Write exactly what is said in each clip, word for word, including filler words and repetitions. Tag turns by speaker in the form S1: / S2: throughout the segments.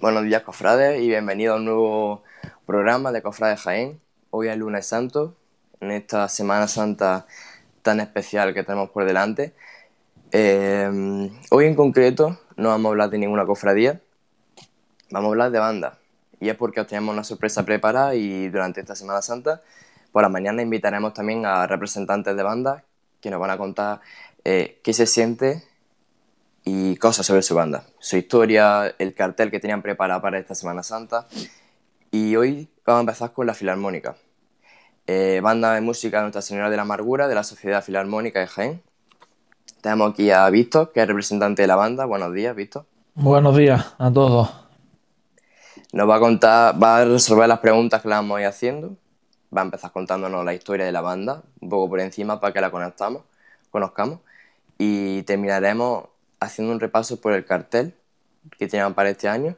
S1: Buenos días, cofrades, y bienvenidos a un nuevo programa de Cofrades Jaén. Hoy es lunes santo, en esta Semana Santa tan especial que tenemos por delante. Eh, hoy en concreto no vamos a hablar de ninguna cofradía, vamos a hablar de bandas. Y es porque os tenemos una sorpresa preparada y durante esta Semana Santa, por la mañana invitaremos también a representantes de bandas que nos van a contar eh, qué se siente y cosas sobre su banda, su historia, el cartel que tenían preparado para esta Semana Santa. Y hoy vamos a empezar con la Filarmónica, eh, banda de música de Nuestra Señora de la Amargura de la Sociedad Filarmónica de Jaén. Tenemos aquí a Víctor, que es representante de la banda. Buenos días, Víctor.
S2: Buenos días a todos.
S1: Nos va a contar, va a resolver las preguntas que le vamos a ir haciendo. Va a empezar contándonos la historia de la banda, un poco por encima para que la conectamos, conozcamos. Y terminaremos haciendo un repaso por el cartel que tenían para este año.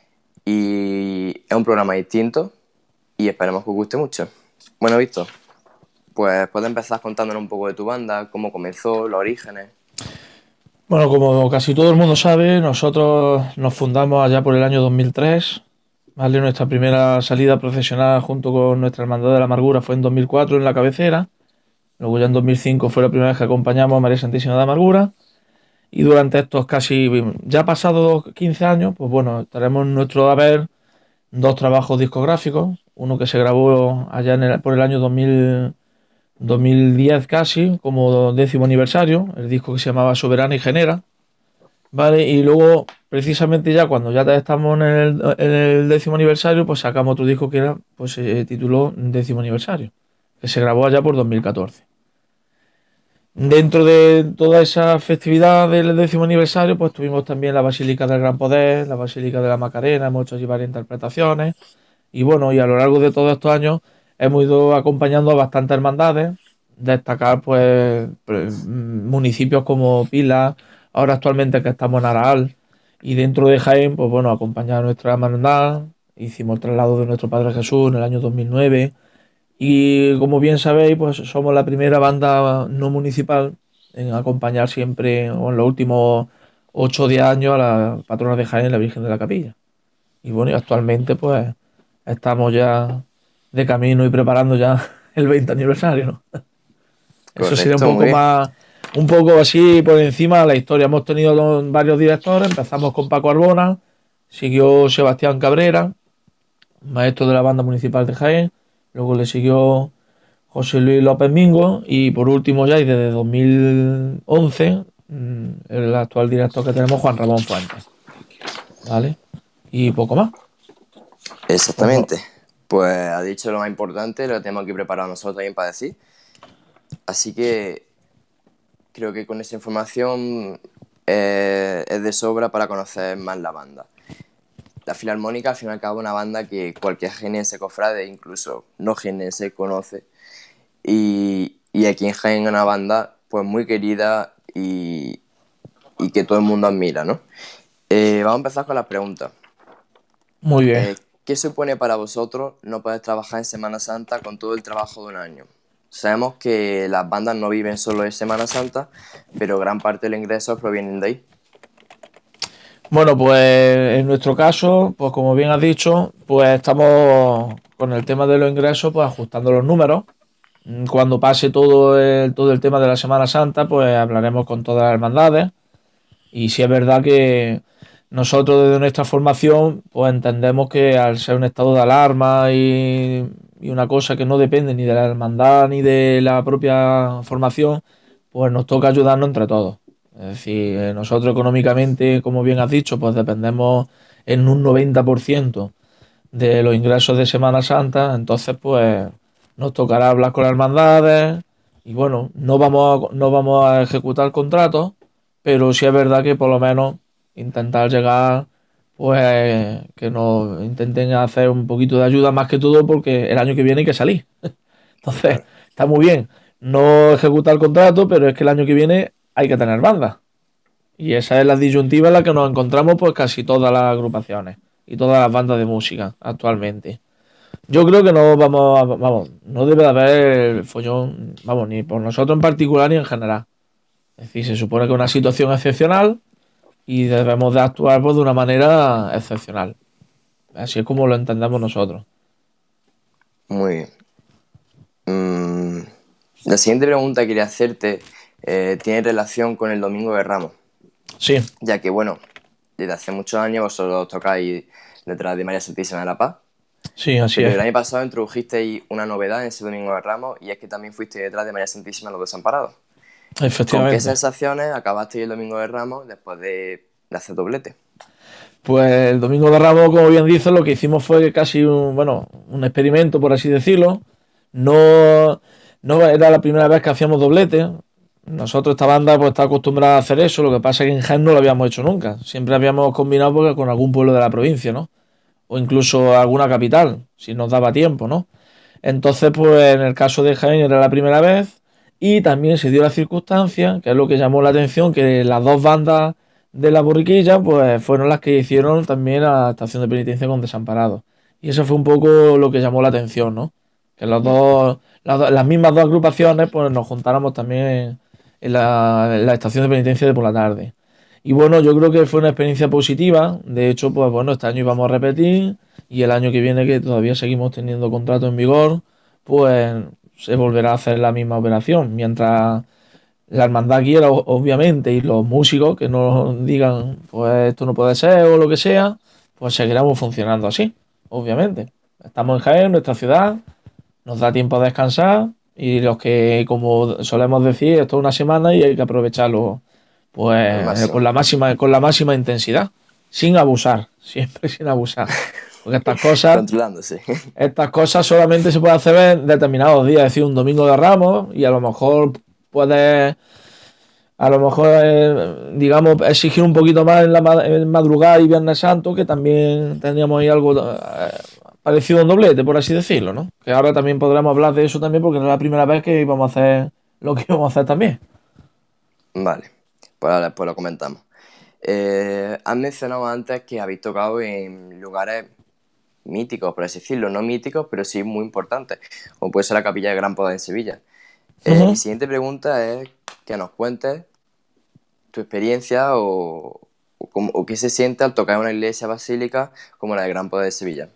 S1: Y es un programa distinto y esperemos que os guste mucho. Bueno, Víctor, pues puedes empezar contándonos un poco de tu banda, cómo comenzó, los orígenes.
S2: Bueno, como casi todo el mundo sabe, nosotros nos fundamos allá por el año dos mil tres, ¿vale? Nuestra primera salida profesional junto con nuestra Hermandad de la Amargura fue en dos mil cuatro en la cabecera. Luego ya en dos mil cinco fue la primera vez que acompañamos a María Santísima de Amargura. Y durante estos casi, ya pasados quince años, pues bueno, tenemos en nuestro haber dos trabajos discográficos. Uno que se grabó allá en el- por el año dos mil, dos mil diez casi, como décimo aniversario, el disco que se llamaba Soberana y Genera. Vale, y luego, precisamente ya cuando ya estamos en el, en el décimo aniversario, pues sacamos otro disco que era, pues se tituló Décimo Aniversario, que se grabó allá por dos mil catorce. Dentro de toda esa festividad del décimo aniversario, pues tuvimos también la Basílica del Gran Poder, la Basílica de la Macarena, hemos hecho allí varias interpretaciones. Y bueno, y a lo largo de todos estos años hemos ido acompañando a bastantes hermandades, destacar pues pre- municipios como Pilar, ahora actualmente que estamos en Araal, y dentro de Jaén, pues bueno, acompañar a nuestra hermandad, hicimos el traslado de nuestro Padre Jesús en el año dos mil nueve, y como bien sabéis, pues somos la primera banda no municipal en acompañar siempre, o en los últimos ocho o diez años, a la patrona de Jaén, la Virgen de la Capilla. Y bueno, y actualmente pues estamos ya de camino y preparando ya el veinte aniversario, ¿no? Eso sería un
S1: Correcto, muy
S2: poco
S1: bien.
S2: más, un poco así por encima de la historia. Hemos tenido dos- varios directores, empezamos con Paco Arbona, siguió Sebastián Cabrera, maestro de la banda municipal de Jaén, luego le siguió José Luis López Mingo y por último ya y desde dos mil once mm, el actual director que tenemos, Juan Ramón Fuentes, ¿vale? Y poco más. Pues no,
S1: Exactamente. Pues ha dicho lo más importante, lo tenemos aquí preparado nosotros también para decir. Así que creo que con esa información eh, es de sobra para conocer más la banda. La Filarmónica, al fin y al cabo, es una banda que cualquier jienense cofrade, incluso no jienense, conoce. Y, y aquí en Jaén es una banda pues muy querida y, y que todo el mundo admira, ¿no? Eh, vamos a empezar con las preguntas.
S2: muy bien.
S1: Eh, ¿Qué supone para vosotros no poder trabajar en Semana Santa con todo el trabajo de un año? Sabemos que las bandas no viven solo de Semana Santa, pero gran parte de los ingresos provienen de ahí.
S2: Bueno, pues en nuestro caso, pues como bien has dicho, pues estamos con el tema de los ingresos, pues ajustando los números. Mm, Cuando pase todo el, todo el tema de la Semana Santa, pues hablaremos con todas las hermandades. Y sí es verdad que nosotros desde nuestra formación, pues entendemos que al ser un estado de alarma y, y una cosa que no depende ni de la hermandad ni de la propia formación, pues nos toca ayudarnos entre todos. Es decir, eh, nosotros económicamente, como bien has dicho, pues dependemos en un noventa por ciento de los ingresos de Semana Santa, entonces pues nos tocará hablar con las hermandades y bueno, no vamos a, no vamos a ejecutar contratos, pero sí es verdad que por lo menos intentar llegar, pues que nos intenten hacer un poquito de ayuda más que todo porque el año que viene hay que salir. Entonces,
S1: Claro,
S2: está muy bien no ejecutar contrato, pero es que el año que viene hay que tener banda. Y esa es la disyuntiva en la que nos encontramos pues casi todas las agrupaciones y todas las bandas de música actualmente. Yo creo que no vamos a, vamos, no debe de haber follón, vamos, ni por nosotros en particular ni en general. Es decir, se supone que es una situación excepcional y debemos de actuar pues, de una manera excepcional. Así es como lo entendemos nosotros.
S1: Muy bien. Mm, la siguiente pregunta que quería hacerte eh, tiene relación con el Domingo de Ramos,
S2: Sí,
S1: ya que, bueno, desde hace muchos años vosotros tocáis detrás de María Santísima de la Paz,
S2: sí, así
S1: pero
S2: es.
S1: el año pasado introdujisteis una novedad en ese Domingo de Ramos y es que también fuisteis detrás de María Santísima de los Desamparados. ¿Con qué
S2: Efectivamente.
S1: sensaciones acabasteis el Domingo de Ramos después de, de hacer doblete?
S2: Pues el Domingo de Ramos, como bien dices, lo que hicimos fue casi un, bueno, un experimento, por así decirlo. No, no era la primera vez que hacíamos doblete. Nosotros, esta banda, pues está acostumbrada a hacer eso. Lo que pasa es que en Jaén no lo habíamos hecho nunca. Siempre habíamos combinado porque con algún pueblo de la provincia, ¿no? O incluso alguna capital, si nos daba tiempo, ¿no? Entonces, pues en el caso de Jaén era la primera vez y también se dio la circunstancia, que es lo que llamó la atención, que las dos bandas de la borriquilla, pues fueron las que hicieron también a la estación de penitencia con Desamparados. Y eso fue un poco lo que llamó la atención, ¿no? Que los dos, las, do- las mismas dos agrupaciones, pues nos juntáramos también en la, en la estación de penitencia de por la tarde. Y bueno, yo creo que fue una experiencia positiva. De hecho, pues bueno, este año íbamos a repetir y el año que viene, que todavía seguimos teniendo contrato en vigor, pues se volverá a hacer la misma operación. Mientras la hermandad quiera, o- obviamente, y los músicos que nos digan, pues esto no puede ser o lo que sea, pues seguiremos funcionando así, obviamente. Estamos en Jaén, nuestra ciudad, nos da tiempo a descansar y los que, como solemos decir, esto es una semana y hay que aprovecharlo
S1: Al
S2: pues con
S1: máximo.
S2: la máxima, con la máxima intensidad, sin abusar, siempre sin abusar. Porque estas cosas,
S1: Controlándose.
S2: estas cosas solamente se pueden hacer en determinados días, es decir, un domingo de Ramos, y a lo mejor puedes, a lo mejor, eh, digamos, exigir un poquito más en la ma- en madrugada y Viernes Santo, que también teníamos ahí algo eh, parecido a un doblete, por así decirlo, ¿no? Que ahora también podremos hablar de eso también, porque era la primera vez que íbamos a hacer lo que íbamos a hacer también.
S1: Vale, pues ahora después lo comentamos. Eh, has mencionado antes que habéis tocado en lugares míticos, por así decirlo, no míticos, pero sí muy importantes, como puede ser la Capilla de Gran Poder en Sevilla. Eh, mi
S2: Ujú.
S1: siguiente pregunta es que nos cuentes tu experiencia o, o, cómo- o qué se siente al tocar en una iglesia basílica como la de Gran Poder de Sevilla.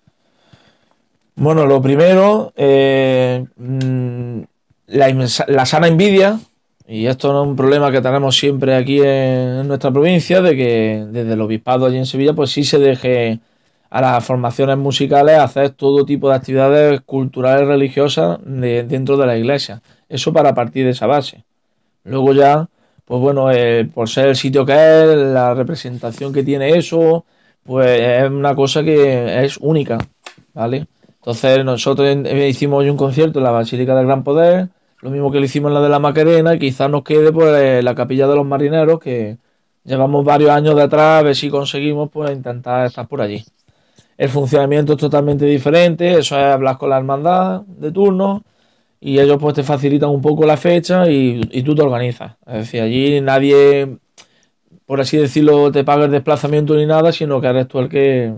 S2: Bueno, lo primero, eh, mm, la, inmensa- la sana envidia, y esto no es un problema que tenemos siempre aquí en nuestra provincia, de que desde el obispado allí en Sevilla, pues sí se deje a las formaciones musicales hacer todo tipo de actividades culturales religiosas de- dentro de la iglesia. Eso para partir de esa base. Luego ya, pues bueno, eh, por ser el sitio que es, la representación que tiene eso, pues es una cosa que es única, ¿vale? Entonces nosotros en- eh, hicimos hoy un concierto en la Basílica del Gran Poder, lo mismo que lo hicimos en la de la Macarena, y quizás nos quede pues eh, la Capilla de los Marineros, que llevamos varios años detrás, a ver si conseguimos pues intentar estar por allí. El funcionamiento es totalmente diferente, eso es hablar con la hermandad de turno y ellos pues te facilitan un poco la fecha y, y tú te organizas. Es decir, allí nadie, por así decirlo, te paga el desplazamiento ni nada, sino que eres tú el que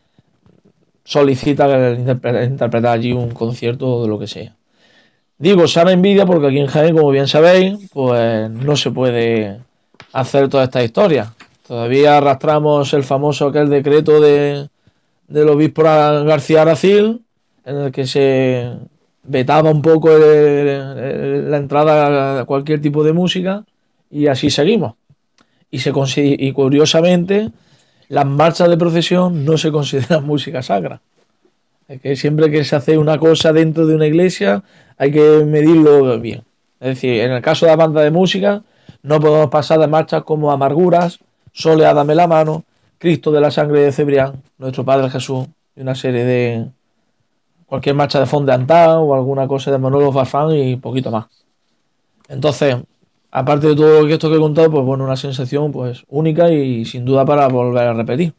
S2: solicita el interpre- interpretar allí un concierto o de lo que sea. Digo, sana envidia porque aquí en Jaén, como bien sabéis, pues no se puede hacer toda esta historia. Todavía arrastramos el famoso aquel decreto de, del obispo García Aracil, en el que se vetaba un poco el- el- la entrada a cualquier tipo de música y así seguimos. Y, se, consi- y curiosamente, las marchas de procesión no se consideran música sacra. Es que siempre que se hace una cosa dentro de una iglesia hay que medirlo bien. Es decir, en el caso de la banda de música, no podemos pasar de marchas como Amarguras, Sole, dame la mano, Cristo de la sangre de Cebrián, Nuestro Padre Jesús, y una serie de cualquier marcha de Fond de Antan o alguna cosa de Manolo Farfán y poquito más. Entonces, aparte de todo esto que he contado, pues bueno, una sensación pues única y sin duda para volver a repetir.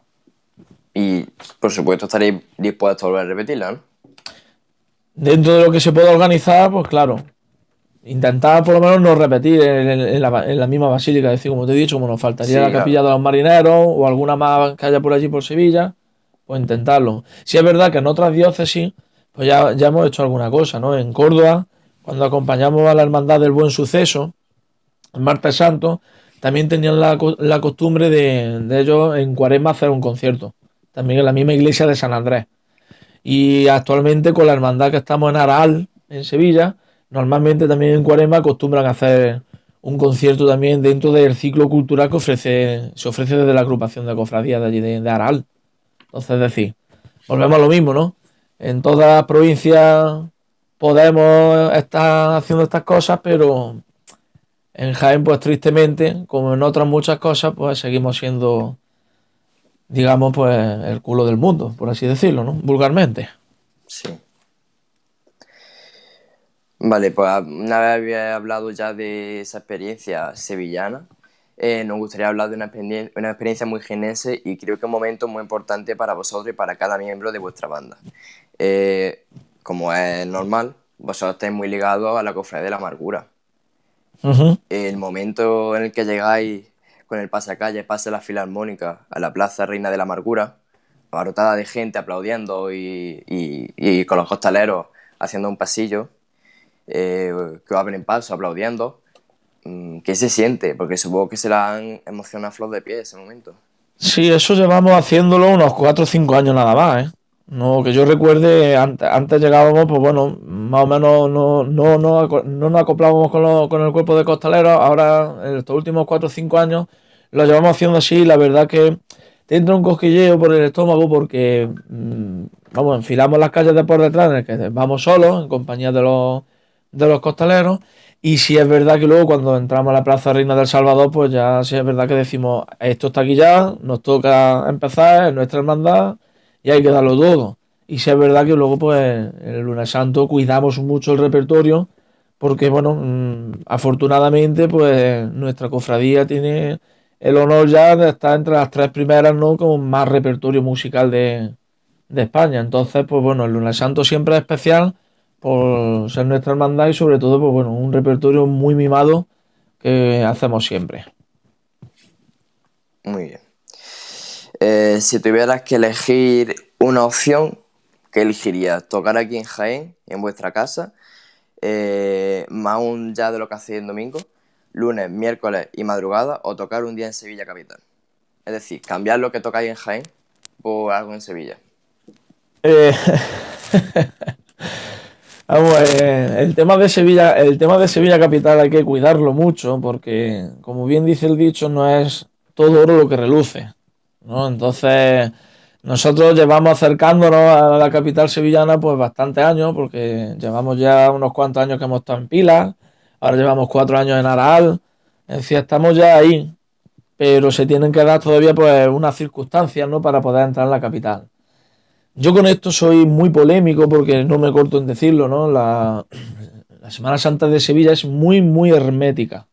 S1: Y por supuesto estaréis dispuestos a volver a repetirla, ¿no?
S2: Dentro de lo que se pueda organizar, pues claro, intentar por lo menos no repetir en, en- en la, en la misma basílica, es decir, como te he dicho, como nos faltaría la
S1: Sí,
S2: capilla
S1: claro.
S2: de los marineros o alguna más que haya por allí por Sevilla, pues intentarlo. Si es verdad que en otras diócesis, pues ya, ya hemos hecho alguna cosa, ¿no? En Córdoba, cuando acompañamos a la Hermandad del Buen Suceso, el martes santo, también tenían la, co- la costumbre de, de ellos en Cuaresma hacer un concierto. también en la misma iglesia de San Andrés. Y actualmente con la hermandad que estamos en Araal, en Sevilla, normalmente también en Cuaresma acostumbran a hacer un concierto también dentro del ciclo cultural que ofrece, se ofrece desde la agrupación de cofradías de allí de, de Araal. Entonces, es decir, volvemos a lo mismo, ¿no? En todas las provincias podemos estar haciendo estas cosas, pero en Jaén, pues tristemente, como en otras muchas cosas, pues seguimos siendo, digamos, pues el culo del mundo, por así decirlo, ¿no? Vulgarmente.
S1: Sí. Vale, pues una vez había hablado ya de esa experiencia sevillana, eh, nos gustaría hablar de una, experien- una experiencia muy genense y creo que un momento muy importante para vosotros y para cada miembro de vuestra banda. Eh, Como es normal, vosotros estáis muy ligados a la Cofradía de la Amargura.
S2: Ujú.
S1: El momento en el que llegáis con el pasacalle, pase la filarmónica a la Plaza Reina de la Amargura, abarrotada de gente aplaudiendo y, y- y con los costaleros haciendo un pasillo, eh, que abren paso aplaudiendo. mm, ¿Qué se siente? Porque supongo que se la han emocionado a flor de pie ese momento.
S2: Sí, eso llevamos haciéndolo unos cuatro o cinco años nada más, ¿eh? No, que yo recuerde, antes, antes llegábamos, pues bueno, más o menos no, no, no, aco- no nos acoplábamos con, lo- con el cuerpo de costaleros. Ahora, en estos últimos cuatro o cinco años, lo llevamos haciendo así. La verdad que te entra un cosquilleo por el estómago porque, mm, vamos, enfilamos las calles de por detrás en el que vamos solos, en compañía de los, de los costaleros. Y sí es verdad que luego cuando entramos a la Plaza Reina del Salvador, pues ya sí es verdad que decimos, esto está aquí ya, nos toca empezar, es nuestra hermandad y hay que darlo todo. Y sí es verdad que luego pues en el Lunes Santo cuidamos mucho el repertorio porque bueno, mm, afortunadamente pues nuestra cofradía tiene el honor ya de estar entre las tres primeras, ¿no? Con más repertorio musical de, de España. Entonces pues bueno, el Lunes Santo siempre es especial por ser nuestra hermandad y sobre todo, pues bueno, un repertorio muy mimado que hacemos siempre.
S1: Muy bien. Eh, si tuvieras que elegir una opción, ¿qué elegirías? ¿Tocar aquí en Jaén, en vuestra casa? Eh, más aún ya de lo que hacéis en domingo, lunes, miércoles y madrugada, o tocar un día en Sevilla capital. Es decir, cambiar lo que tocáis en Jaén por algo en Sevilla.
S2: Eh, Vamos, eh, el tema de Sevilla, el tema de Sevilla capital hay que cuidarlo mucho porque, como bien dice el dicho, no es todo oro lo que reluce, ¿no? Entonces, nosotros llevamos acercándonos a la capital sevillana pues bastantes años porque llevamos ya unos cuantos años que hemos estado en Pilar, ahora llevamos cuatro años en Araal, es decir, estamos ya ahí, pero se tienen que dar todavía pues unas circunstancias, ¿no? Para poder entrar en la capital. Yo con esto soy muy polémico porque no me corto en decirlo, ¿no? La, la Semana Santa de Sevilla es muy, muy hermética.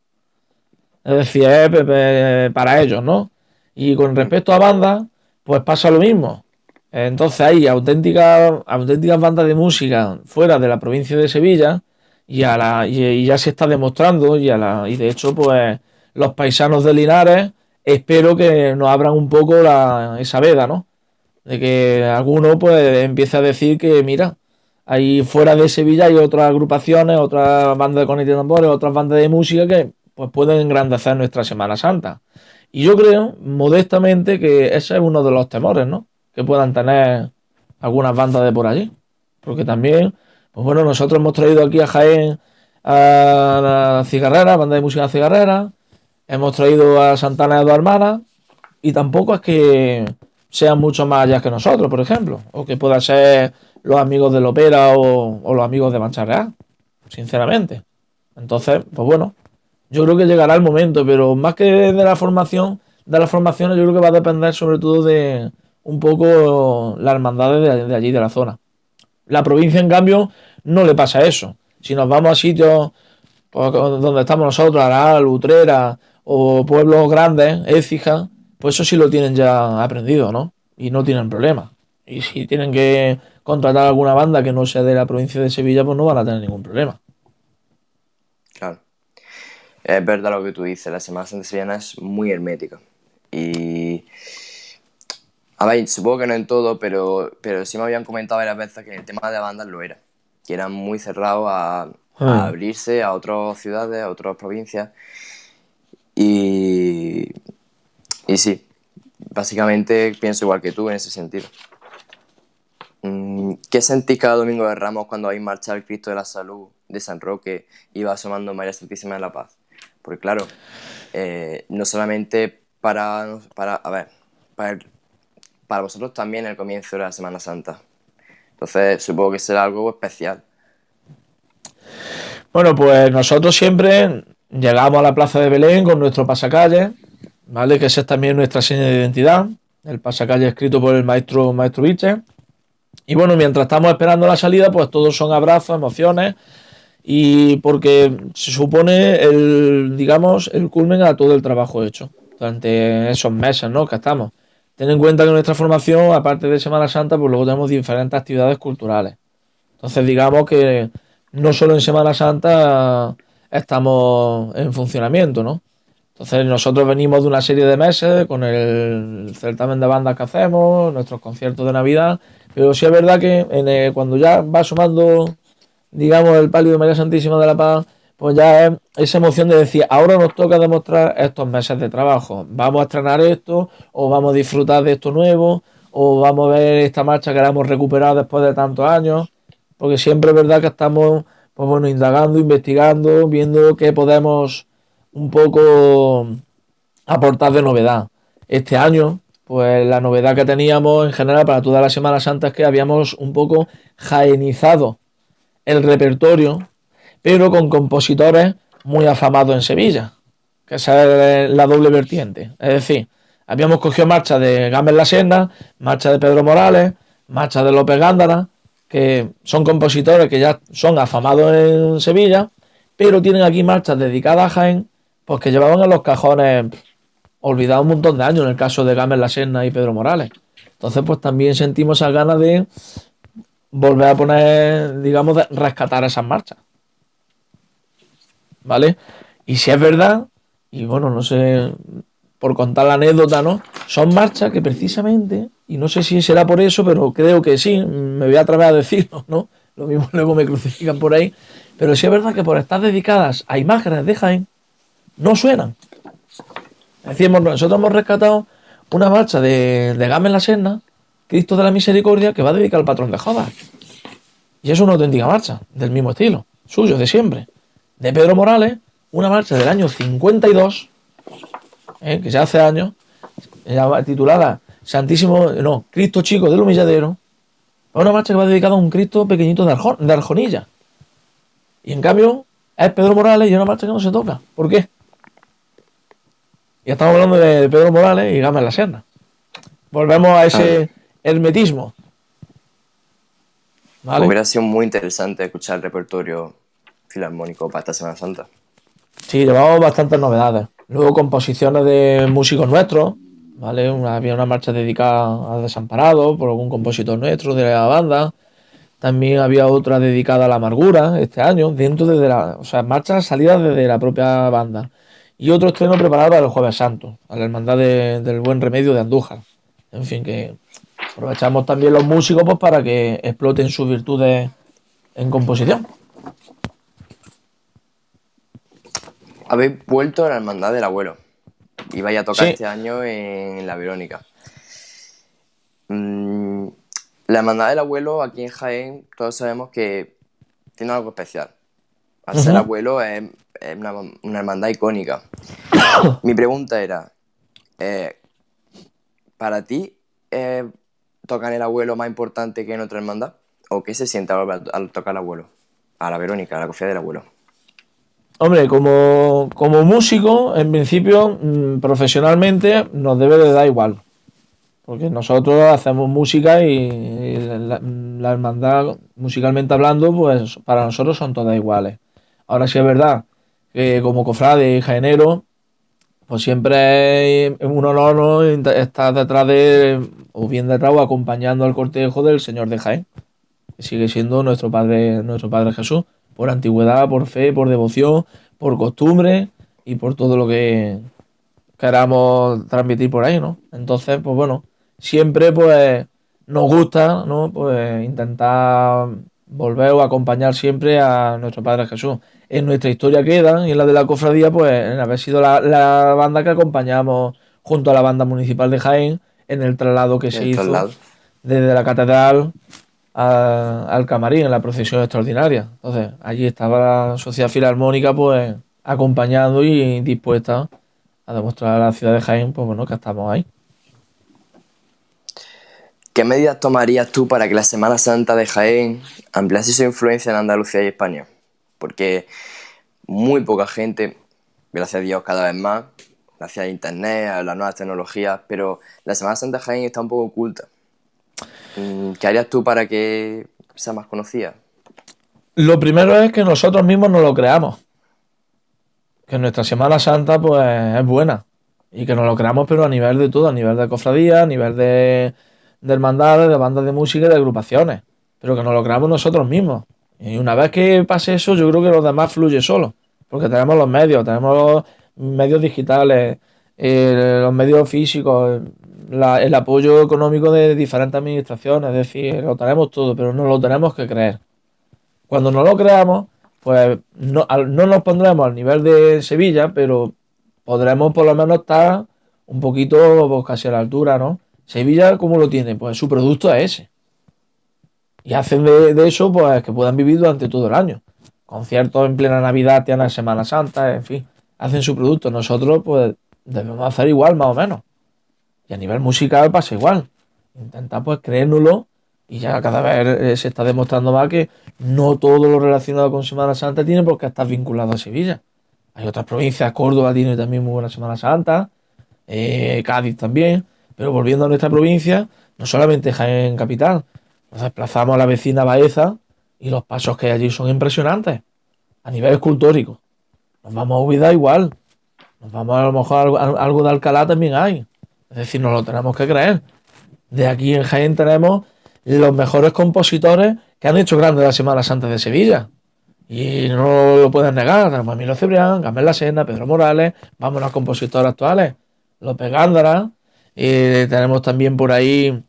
S2: Es decir, es pe- pe- para ellos, ¿no? Y con
S1: Mm.
S2: respecto a bandas, pues pasa lo mismo. Entonces hay auténticas, auténticas bandas de música fuera de la provincia de Sevilla y, a la, y, y ya se está demostrando y, a la, y de hecho, pues los paisanos de Linares espero que nos abran un poco la, esa veda, ¿no? De que alguno pues empiece a decir que, mira, ahí fuera de Sevilla hay otras agrupaciones, otras bandas de cornetas y tambores, otras bandas de música que pues pueden engrandecer nuestra Semana Santa. Y yo creo, modestamente, que ese es uno de los temores, ¿no? Que puedan tener algunas bandas de por allí. Porque también, pues bueno, nosotros hemos traído aquí a Jaén a la Cigarrera, banda de música cigarrera, hemos traído a Santana de dos Hermanas, y tampoco es que sean mucho más allá que nosotros, por ejemplo, o que puedan ser los amigos de Lopera o, o los amigos de Mancha Real, sinceramente. Entonces, pues bueno, yo creo que llegará el momento, pero más que de la formación, de las formaciones, yo creo que va a depender sobre todo de un poco las hermandades de, de allí, de la zona. La provincia, en cambio, no le pasa eso. Si nos vamos a sitios pues, donde estamos nosotros, Aral, Utrera o pueblos grandes, Écija, pues eso sí lo tienen ya aprendido, ¿no? Y no tienen problema. Y si tienen que contratar alguna banda que no sea de la provincia de Sevilla, pues no van a tener ningún problema.
S1: Claro. Es verdad lo que tú dices, la Semana Santa sevillana es muy hermética. Y a ver, supongo que no en todo, pero, pero sí me habían comentado varias veces que el tema de bandas lo era, que eran muy cerrados a, a
S2: Hmm.
S1: abrirse a otras ciudades, a otras provincias. Y, y sí. básicamente pienso igual que tú en ese sentido. ¿Qué sentís cada domingo de Ramos cuando vais a marchar el Cristo de la Salud de San Roque y va asomando María Santísima de la Paz? Porque claro, eh, no solamente para, para, a ver, para, para vosotros también el comienzo de la Semana Santa. Entonces supongo que será algo especial.
S2: Bueno, pues nosotros siempre llegamos a la Plaza de Belén con nuestro pasacalle, ¿vale? Que esa es también nuestra seña de identidad, el pasacalle escrito por el maestro, maestro Viche. Y bueno, mientras estamos esperando la salida, pues todos son abrazos, emociones, y porque se supone el, digamos, el culmen a todo el trabajo hecho durante esos meses, ¿no?, que estamos. Ten en cuenta que nuestra formación, aparte de Semana Santa, pues luego tenemos diferentes actividades culturales. Entonces, digamos que no solo en Semana Santa estamos en funcionamiento, ¿no? Entonces, nosotros venimos de una serie de meses con el certamen de bandas que hacemos, nuestros conciertos de Navidad, pero sí es verdad que en el, cuando ya va sumando, digamos, el palio de María Santísima de la Paz, pues ya es esa emoción de decir, ahora nos toca demostrar estos meses de trabajo, vamos a estrenar esto, o vamos a disfrutar de esto nuevo, o vamos a ver esta marcha que la hemos recuperado después de tantos años, porque siempre es verdad que estamos, pues bueno, indagando, investigando, viendo qué podemos un poco aportar de novedad. Este año, pues la novedad que teníamos en general para toda la Semana Santa es que habíamos un poco jaenizado el repertorio, pero con compositores muy afamados en Sevilla, que esa es la doble vertiente. Es decir, habíamos cogido marchas de Gámez La Serna, marchas de Pedro Morales, marchas de López Gándara, que son compositores que ya son afamados en Sevilla, pero tienen aquí marchas dedicadas a Jaén, pues que llevaban en los cajones olvidados un montón de años, en el caso de Gámez La Serna y Pedro Morales. Entonces, pues también sentimos esas ganas de volver a poner, digamos, de rescatar esas marchas. ¿Vale? Y si es verdad, y bueno, no sé, por contar la anécdota, ¿no? Son marchas que precisamente, y no sé si será por eso, pero creo que sí, me voy a atrever a decirlo, ¿no? Lo mismo luego me crucifican por ahí, pero sí es verdad que por estar dedicadas a imágenes de Jaén, no suenan. Decimos, nosotros hemos rescatado una marcha de, de Gámez La Serna, Cristo de la Misericordia, que va dedicada al patrón de Jodas. Y es una auténtica marcha, del mismo estilo, suyo, de siempre. De Pedro Morales, una marcha del año cincuenta y dos, eh, que ya hace años, titulada Santísimo, no, Cristo Chico del Humilladero, es una marcha que va dedicada a un Cristo pequeñito de, Arjón, de Arjonilla. Y en cambio, es Pedro Morales y es una marcha que no se toca. ¿Por qué? Y estamos hablando de Pedro Morales y Gámez La Serna. Volvemos a ese hermetismo.
S1: ¿Vale? Hubiera sido muy interesante escuchar el repertorio filarmónico para esta Semana Santa.
S2: Sí, llevamos bastantes novedades. Luego composiciones de músicos nuestros, ¿vale? Una, había una marcha dedicada a Desamparado por algún compositor nuestro de la banda. También había otra dedicada a la amargura este año, dentro de la, o sea, marchas salidas desde la propia banda. Y otro estreno preparado para el Jueves Santo, a la Hermandad de, del Buen Remedio de Andújar. En fin, que aprovechamos también los músicos pues, para que exploten sus virtudes en composición.
S1: Habéis vuelto a la Hermandad del Abuelo y vais a tocar
S2: sí.
S1: este año en la Verónica. Mm, la Hermandad del Abuelo aquí en Jaén todos sabemos que tiene algo especial. Al uh-huh. ser abuelo es, es una, una hermandad icónica. Mi pregunta era, eh, ¿para ti eh, tocar el abuelo más importante que en otra hermandad? ¿O qué se siente al, al tocar al abuelo? A la Verónica, a la cofradía del abuelo.
S2: Hombre, como, como músico, en principio, mmm, profesionalmente, nos debe de dar igual. Porque nosotros hacemos música y, y la, la hermandad, musicalmente hablando, pues para nosotros son todas iguales. Ahora sí es verdad que como cofrade y jaenero, pues siempre es un honor, ¿no?, estar detrás de, o bien detrás o acompañando al cortejo del Señor de Jaén, que sigue siendo nuestro Padre, nuestro Padre Jesús, por antigüedad, por fe, por devoción, por costumbre y por todo lo que queramos transmitir por ahí, ¿no? Entonces, pues bueno, siempre pues nos gusta, ¿no?, pues intentar volver o acompañar siempre a nuestro Padre Jesús. En nuestra historia queda, y en la de la cofradía, pues en haber sido la, la banda que acompañamos junto a la banda municipal de Jaén en el traslado que se
S1: el
S2: hizo
S1: traslado.
S2: desde la catedral a- al camarín en la procesión extraordinaria. Entonces, allí estaba la Sociedad Filarmónica pues acompañando y dispuesta a demostrar a la ciudad de Jaén pues bueno, que estamos ahí.
S1: ¿Qué medidas tomarías tú para que la Semana Santa de Jaén ampliase su influencia en Andalucía y España? Porque muy poca gente, gracias a Dios cada vez más, gracias a Internet, a las nuevas tecnologías, pero la Semana Santa de Jaén está un poco oculta. ¿Qué harías tú para que sea más conocida?
S2: Lo primero es que nosotros mismos nos lo creamos. Que nuestra Semana Santa pues es buena. Y que nos lo creamos pero a nivel de todo, a nivel de cofradía, a nivel de, de hermandades, de bandas de música y de agrupaciones. Pero que nos lo creamos nosotros mismos. Y una vez que pase eso, yo creo que los demás fluye solo. Porque tenemos los medios, tenemos los medios digitales, eh, los medios físicos, la- el apoyo económico de diferentes administraciones. Es decir, lo tenemos todo, pero no lo tenemos que creer. Cuando no lo creamos, pues no, al- no nos pondremos al nivel de Sevilla, pero podremos por lo menos estar un poquito pues, casi a la altura, ¿no? Sevilla, ¿cómo lo tiene? Pues su producto es ese. Y hacen de, de eso pues que puedan vivir durante todo el año. Conciertos en plena Navidad, tienen Semana Santa, en fin. Hacen su producto. Nosotros pues debemos hacer igual, más o menos. Y a nivel musical pasa igual. Intentar pues creérnoslo y ya cada vez eh, se está demostrando más que no todo lo relacionado con Semana Santa tiene por qué estar vinculado a Sevilla. Hay otras provincias, Córdoba tiene también muy buena Semana Santa, eh, Cádiz también, pero volviendo a nuestra provincia, no solamente Jaén capital, nos desplazamos a la vecina Baeza y los pasos que hay allí son impresionantes a nivel escultórico. Nos vamos a olvidar igual, nos vamos a lo mejor algo, algo de Alcalá también hay. Es decir, nos lo tenemos que creer. De aquí en Jaén tenemos los mejores compositores que han hecho grande la Semana Santa de Sevilla. Y no lo pueden negar. Tenemos a Emilio Cebrián, Gamel La Sena, Pedro Morales, vamos a los compositores actuales, López Gándara. Y tenemos también por ahí,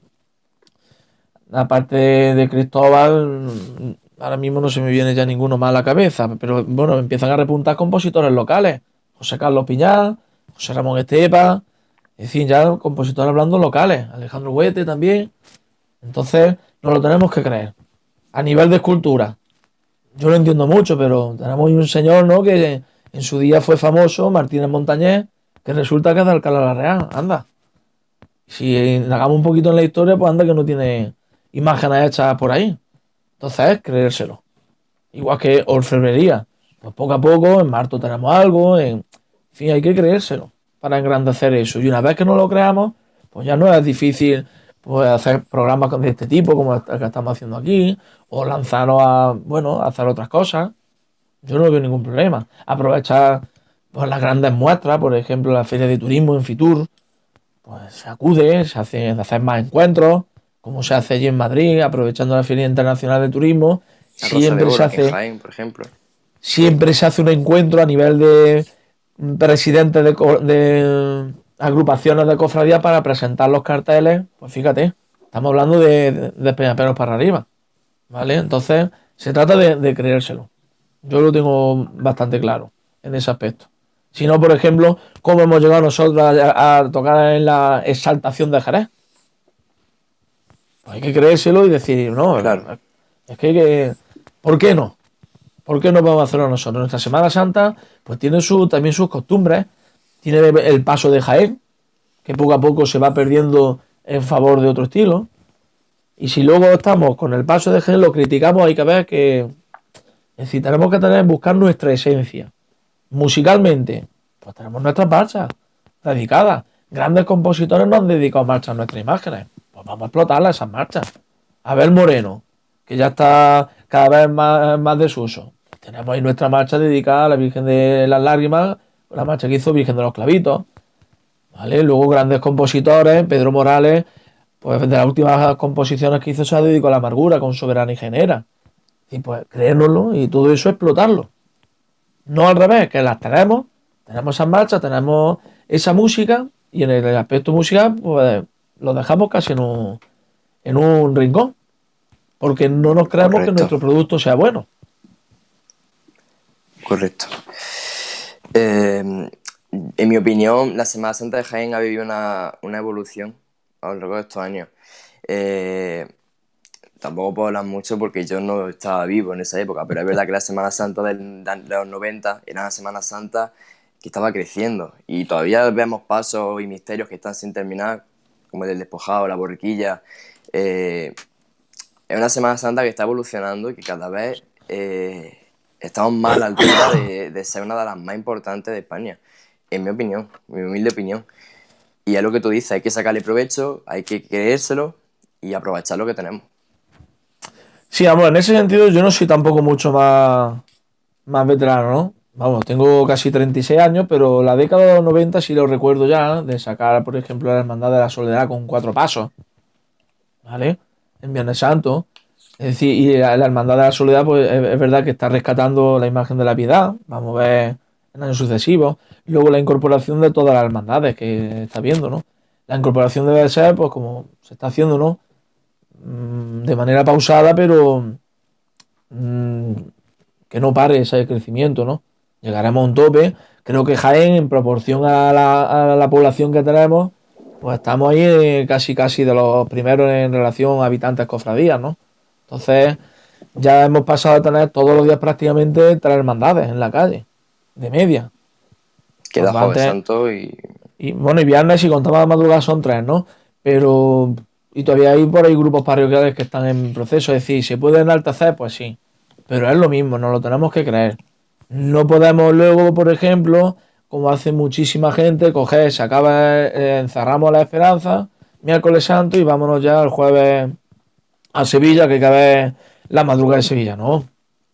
S2: aparte de Cristóbal, ahora mismo no se me viene ya ninguno más a la cabeza, pero bueno, empiezan a repuntar compositores locales. José Carlos Piñar, José Ramón Estepa, es decir, ya compositores hablando locales. Alejandro Huete también. Entonces, nos lo tenemos que creer. A nivel de escultura, yo lo entiendo mucho, pero tenemos un señor, ¿no? Que en su día fue famoso, Martínez Montañés, que resulta que es de Alcalá de la Real. Anda. Si hagamos un poquito en la historia, pues anda que no tiene imágenes hechas por ahí. Entonces, es creérselo. Igual que orfebrería. Pues poco a poco, en Marto tenemos algo, en, en fin, hay que creérselo para engrandecer eso. Y una vez que no lo creamos, pues ya no es difícil pues, hacer programas de este tipo, como el que estamos haciendo aquí, o lanzarnos a, bueno, a hacer otras cosas. Yo no veo ningún problema. Aprovechar pues, las grandes muestras, por ejemplo, la Feria de Turismo en Fitur, pues se acude, se hace, se hacen más encuentros, como se hace allí en Madrid, aprovechando la Feria Internacional de Turismo,
S1: La Rosa de
S2: siempre se
S1: Oro aquí en
S2: hace
S1: Jaén, por ejemplo.
S2: siempre se hace un encuentro a nivel de presidentes de, co- de agrupaciones de cofradía para presentar los carteles. Pues fíjate, estamos hablando de, de, de Peñaperos para arriba, ¿vale? Entonces, se trata de, de creérselo. Yo lo tengo bastante claro en ese aspecto. Si no, por ejemplo, cómo hemos llegado nosotros a, a tocar en la exaltación de Jerez. Pues hay que creérselo y decir, no,
S1: Claro,
S2: es que, que ¿por qué no? ¿Por qué no vamos a hacerlo nosotros? Nuestra Semana Santa, pues tiene su, también sus costumbres. Tiene el paso de Jaén, que poco a poco se va perdiendo en favor de otro estilo. Y si luego estamos con el paso de Jaén, lo criticamos, hay que ver que, es decir, tenemos que tener, buscar nuestra esencia. Musicalmente, pues tenemos nuestras marchas dedicadas. Grandes compositores nos han dedicado marchas a nuestras imágenes. Pues vamos a explotarlas esas marchas. Abel Moreno, que ya está cada vez más, más desuso. Tenemos ahí nuestra marcha dedicada a la Virgen de las Lágrimas, la marcha que hizo Virgen de los Clavitos. ¿Vale? Luego grandes compositores, Pedro Morales, pues de las últimas composiciones que hizo se ha dedicado a la amargura con Soberana y Genera. Y pues creérnoslo y todo eso explotarlo. No al revés, que las tenemos, tenemos esas marchas, tenemos esa música y en el aspecto musical pues lo dejamos casi en un, en un rincón, porque no nos creemos que
S1: correcto,
S2: nuestro producto sea bueno.
S1: correcto. Eh, en mi opinión, la Semana Santa de Jaén ha vivido una, una evolución a lo largo de estos años. Eh, tampoco puedo hablar mucho porque yo no estaba vivo en esa época, pero es verdad que la Semana Santa del- de los noventa era una Semana Santa que estaba creciendo y todavía vemos pasos y misterios que están sin terminar, como el del despojado, la borriquilla. Eh, es una Semana Santa que está evolucionando y que cada vez eh, estamos más a la altura de, de ser una de las más importantes de España, en mi opinión, mi humilde opinión. Y es lo que tú dices, hay que sacarle provecho, hay que creérselo y aprovechar lo que tenemos.
S2: Sí, vamos, en ese sentido yo no soy tampoco mucho más, más veterano, ¿no? Vamos, tengo casi treinta y seis años, pero la década de los noventa sí lo recuerdo ya, de sacar, por ejemplo, la Hermandad de la Soledad con cuatro pasos, ¿vale? En Viernes Santo. Es decir, y la, la Hermandad de la Soledad, pues es, es verdad que está rescatando la imagen de la piedad, vamos a ver en años sucesivos. Y luego la incorporación de todas las hermandades que está viendo, ¿no? La incorporación debe ser, pues como se está haciendo, ¿no? Mm, De manera pausada, pero mm, que no pare ese crecimiento, ¿no? Llegaremos a un tope. Creo que Jaén, en proporción a la, a la población que tenemos, pues estamos ahí eh, casi casi de los primeros en relación a habitantes cofradías, ¿no? Entonces, ya hemos pasado a tener todos los días prácticamente tres hermandades en la calle, de media.
S1: Queda
S2: Cuando
S1: Jueves
S2: antes,
S1: Santo y
S2: y bueno, y viernes, si contamos la madrugada, son tres, ¿no? Pero, y todavía hay por ahí grupos parroquiales que están en proceso, es decir, ¿se puede enaltecer? Pues sí, pero es lo mismo, nos lo tenemos que creer. No podemos luego, por ejemplo, como hace muchísima gente, coger, se acaba, eh, encerramos la esperanza, miércoles santo y vámonos ya el jueves a Sevilla, que cada vez la madrugada de Sevilla, ¿no?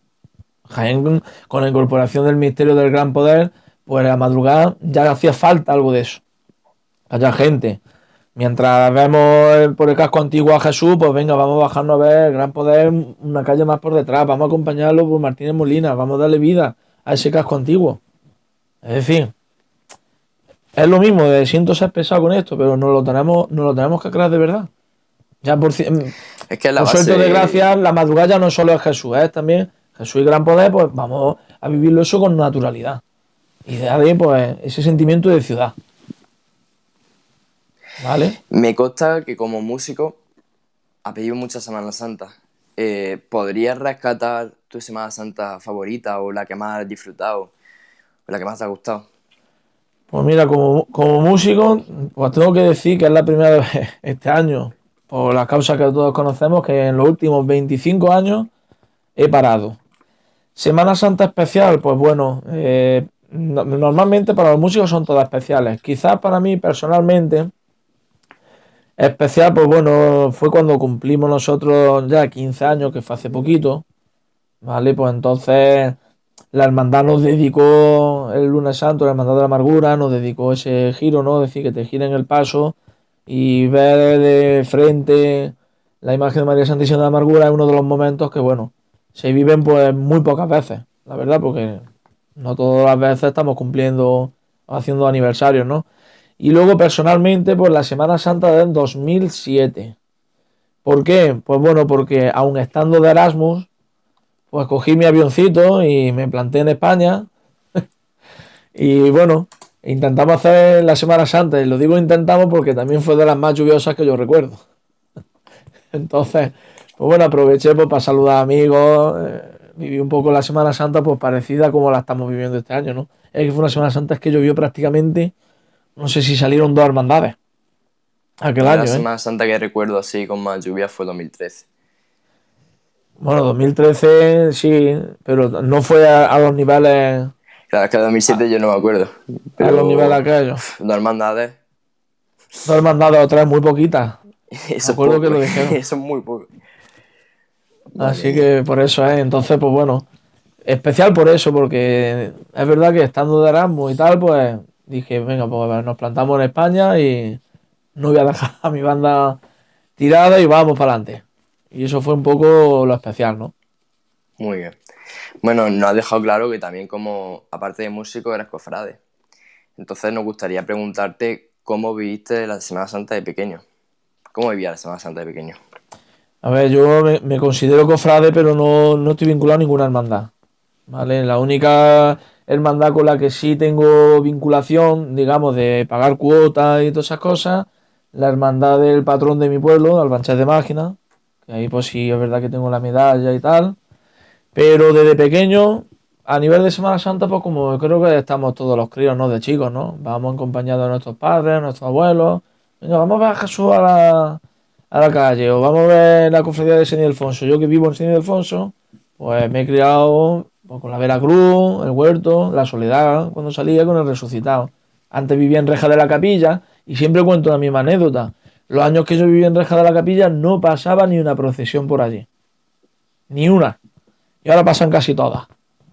S2: Jaén, con la incorporación del misterio del gran poder, pues la madrugada ya hacía falta algo de eso. Haya gente. Mientras vemos por el casco antiguo a Jesús, pues venga, vamos a bajarnos a ver el gran poder, una calle más por detrás, vamos a acompañarlo por Martínez Molina, vamos a darle vida a ese casco antiguo. Es decir, es lo mismo, de siento ser pesado con esto, pero no lo tenemos, no lo tenemos que creer de verdad. Ya por,
S1: es que es la
S2: por suerte o
S1: base.
S2: desgracia, la madrugada ya no solo es Jesús, es también Jesús y gran poder, pues vamos a vivirlo eso con naturalidad. Y de ahí, pues, ese sentimiento de ciudad. ¿Vale?
S1: Me consta que como músico has vivido muchas Semanas Santas. Eh, ¿podrías rescatar tu Semana Santa favorita o la que más has disfrutado o la que más te ha gustado?
S2: Pues mira, como, como músico, pues tengo que decir que es la primera vez este año, por las causas que todos conocemos, que en los últimos veinticinco años he parado. Semana Santa especial, pues bueno, eh, no- normalmente para los músicos son todas especiales. Quizás para mí personalmente, especial, pues bueno, fue cuando cumplimos nosotros ya quince años, que fue hace poquito, ¿vale? Pues entonces la hermandad nos dedicó el lunes santo, la hermandad de la amargura, nos dedicó ese giro, ¿no? Es decir, que te giren el paso y ver de frente la imagen de María Santísima de la Amargura es uno de los momentos que, bueno, se viven pues muy pocas veces, la verdad, porque no todas las veces estamos cumpliendo o haciendo aniversarios, ¿no? Y luego personalmente, pues la Semana Santa del dos mil siete. ¿Por qué? Pues bueno, porque aun estando de Erasmus, pues cogí mi avioncito y me planté en España y bueno, intentamos hacer la Semana Santa y lo digo intentamos porque también fue de las más lluviosas que yo recuerdo. Entonces, pues bueno, aproveché pues, para saludar a amigos, eh, viví un poco la Semana Santa pues parecida como la estamos viviendo este año, ¿no? Es que fue una Semana Santa es que llovió prácticamente, no sé si salieron dos hermandades aquel
S1: Yo la
S2: año, ¿eh?
S1: Semana Santa que recuerdo así con más lluvia fue dos mil trece.
S2: Bueno, dos mil trece sí, pero no fue a, a los niveles
S1: Claro, es que dos mil siete
S2: a,
S1: yo no me acuerdo,
S2: a los niveles
S1: pero
S2: aquellos.
S1: uf, dos hermandades,
S2: Dos hermandades, otras muy poquitas. Me
S1: eso es
S2: acuerdo que
S1: poco,
S2: lo dijeron.
S1: eso es muy poco. Madre
S2: Así
S1: mía.
S2: que por eso es, entonces, pues bueno, especial por eso, porque es verdad que estando de Erasmus y tal, pues dije, venga, pues nos plantamos en España y no voy a dejar a mi banda tirada y vamos para adelante. Y eso fue un poco lo especial, ¿no?
S1: Muy bien. Bueno, nos has dejado claro que también como, aparte de músico, eres cofrade. Entonces nos gustaría preguntarte cómo viviste la Semana Santa de pequeño. ¿Cómo vivías la Semana Santa de pequeño?
S2: A ver, yo me, me considero cofrade, pero no, no estoy vinculado a ninguna hermandad, ¿vale? La única hermandad con la que sí tengo vinculación, digamos, de pagar cuotas y todas esas cosas, la hermandad del patrón de mi pueblo, Albancés de Máquina, que ahí pues sí es verdad que tengo la medalla y tal, pero desde pequeño, a nivel de Semana Santa, pues como creo que estamos todos los críos, ¿no? De chicos, ¿no? Vamos acompañados de nuestros padres, nuestros abuelos, venga, vamos a ver a Jesús a la, a la calle, o vamos a ver la cofradía de San Ildefonso. Yo que vivo en San Ildefonso, pues me he criado pues, con la Veracruz, el Huerto, la Soledad, cuando salía con el Resucitado. Antes vivía en Reja de la Capilla y siempre cuento la misma anécdota. Los años que yo vivía en Reja de la Capilla no pasaba ni una procesión por allí. Ni una. Y ahora pasan casi todas.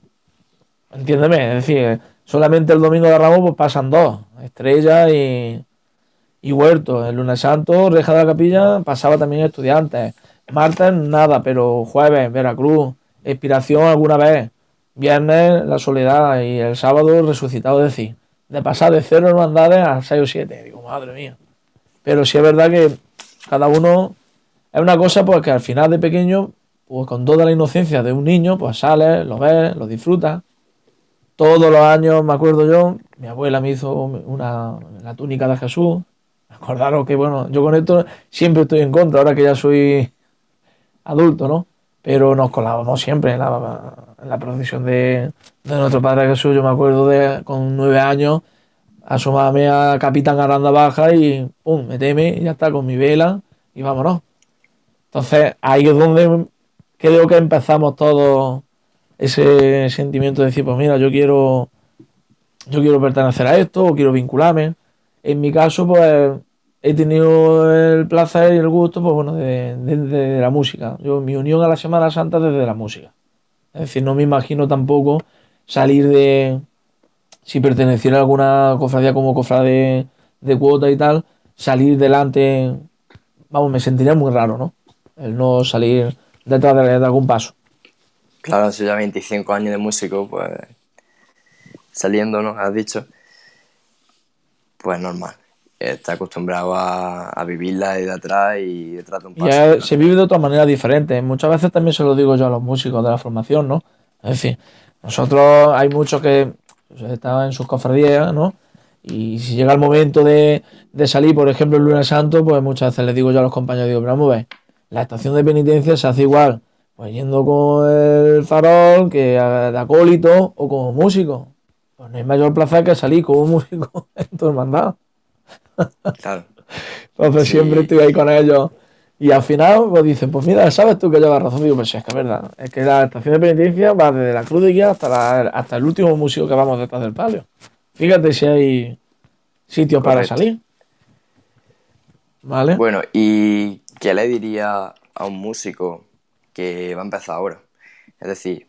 S2: Entiéndeme, es decir, solamente el domingo de Ramos pues pasan dos. Estrella y, y Huerto. El lunes santo, Reja de la Capilla, pasaba también Estudiantes. Martes nada, pero jueves, Veracruz. Expiración alguna vez. Viernes, La Soledad. Y el sábado, Resucitado, es decir, de pasar de cero hermandades a seis o siete. Digo, madre mía. Pero sí es verdad que cada uno es una cosa pues que al final de pequeño, pues con toda la inocencia de un niño, pues sales, lo ves, lo disfrutas. Todos los años, me acuerdo yo, mi abuela me hizo una, la túnica de Jesús. Acordaros que, bueno, yo con esto siempre estoy en contra, ahora que ya soy adulto, ¿no? Pero nos colábamos siempre en la, en la procesión de, de nuestro Padre Jesús. Yo me acuerdo de con nueve años asomarme a Capitán Aranda Baja y pum, meteme y ya está con mi vela y vámonos. Entonces ahí es donde creo que empezamos todos ese sentimiento de decir, pues mira, yo quiero, yo quiero pertenecer a esto o quiero vincularme. En mi caso, pues he tenido el placer y el gusto, pues bueno, de, de- de la música. Yo, mi unión a la Semana Santa desde la música. Es decir, no me imagino tampoco salir de, si perteneciera a alguna cofradía como cofrade de cuota y tal, salir delante, vamos, me sentiría muy raro, ¿no? El no salir detrás de, de algún paso.
S1: Claro, si ya veinticinco años de músico, pues saliendo, ¿no? Has dicho, pues normal. Está acostumbrado a, a vivirla de atrás y detrás de un
S2: Y
S1: paso.
S2: ya se vive de otra manera diferente. Muchas veces también se lo digo yo a los músicos de la formación, ¿no? Es decir, nosotros hay muchos que pues, están en sus cofradías, ¿no? Y si llega el momento de, de salir, por ejemplo, el lunes santo, pues muchas veces les digo yo a los compañeros, digo, pero vamos a ver, la estación de penitencia se hace igual, pues yendo con el farol, que a- de acólito o como músico. Pues no hay mayor placer que salir como músico en tu hermandad.
S1: Claro,
S2: Entonces siempre
S1: sí,
S2: estoy ahí con ellos. Y al final, pues dicen, pues mira, ¿sabes tú que llevas razón? Digo, pues sí, es que es verdad. Es que la estación de penitencia va desde la cruz de guía hasta, la- hasta el último museo que vamos detrás del palio. Fíjate si hay sitios para
S1: correcto.
S2: salir, ¿vale?
S1: Bueno, ¿y qué le diría a un músico que va a empezar ahora? Es decir,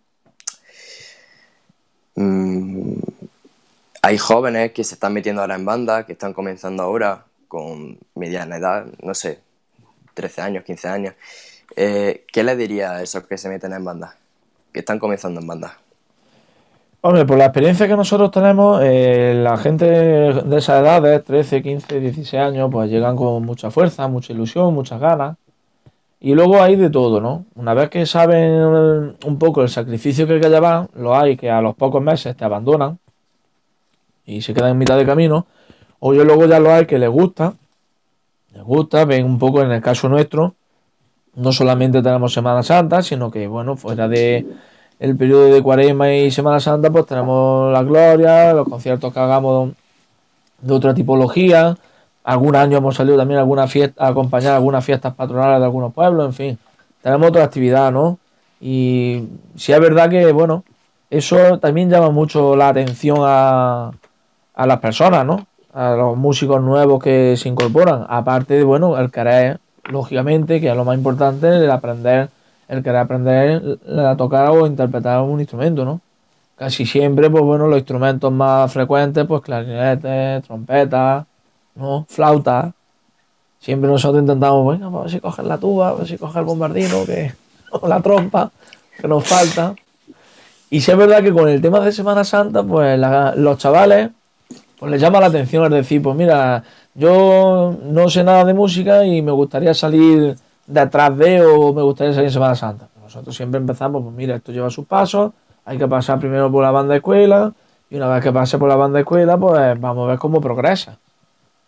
S1: mm, hay jóvenes que se están metiendo ahora en bandas, que están comenzando ahora con mediana edad, no sé, trece años, quince años. Eh, ¿qué le diría a esos que se meten en bandas? Que están comenzando en bandas.
S2: Hombre, por la experiencia que nosotros tenemos, eh, la gente de esas edades, trece, quince, dieciséis años, pues llegan con mucha fuerza, mucha ilusión, muchas ganas. Y luego hay de todo, ¿no? Una vez que saben un poco el sacrificio que hay que llevar, lo hay que a los pocos meses te abandonan y se quedan en mitad de camino. O yo luego ya lo hay que les gusta, les gusta, ven un poco en el caso nuestro, no solamente tenemos Semana Santa, sino que, bueno, fuera de el periodo de Cuaresma y Semana Santa, pues tenemos la Gloria, los conciertos que hagamos de otra tipología. Algún año hemos salido también a alguna fiesta, a acompañar algunas fiestas patronales de algunos pueblos, en fin. Tenemos otra actividad, ¿no? Y sí es verdad que, bueno, eso también llama mucho la atención a, a las personas, ¿no? A los músicos nuevos que se incorporan. Aparte de, bueno, el querer, lógicamente, que es lo más importante, el aprender, el querer aprender a tocar o interpretar un instrumento, ¿no? Casi siempre, pues bueno, los instrumentos más frecuentes, pues clarinetes, trompetas, ¿no? Flautas. Siempre nosotros intentamos, venga, pues a ver si coger la tuba, a ver si coger el bombardino, que, o la trompa, que nos falta. Y sí es verdad que con el tema de Semana Santa, pues la- los chavales, pues les llama la atención, es decir, pues mira, yo no sé nada de música y me gustaría salir detrás de o me gustaría salir en Semana Santa. Nosotros siempre empezamos, pues mira, esto lleva sus pasos, hay que pasar primero por la banda de escuela y una vez que pase por la banda de escuela, pues vamos a ver cómo progresa.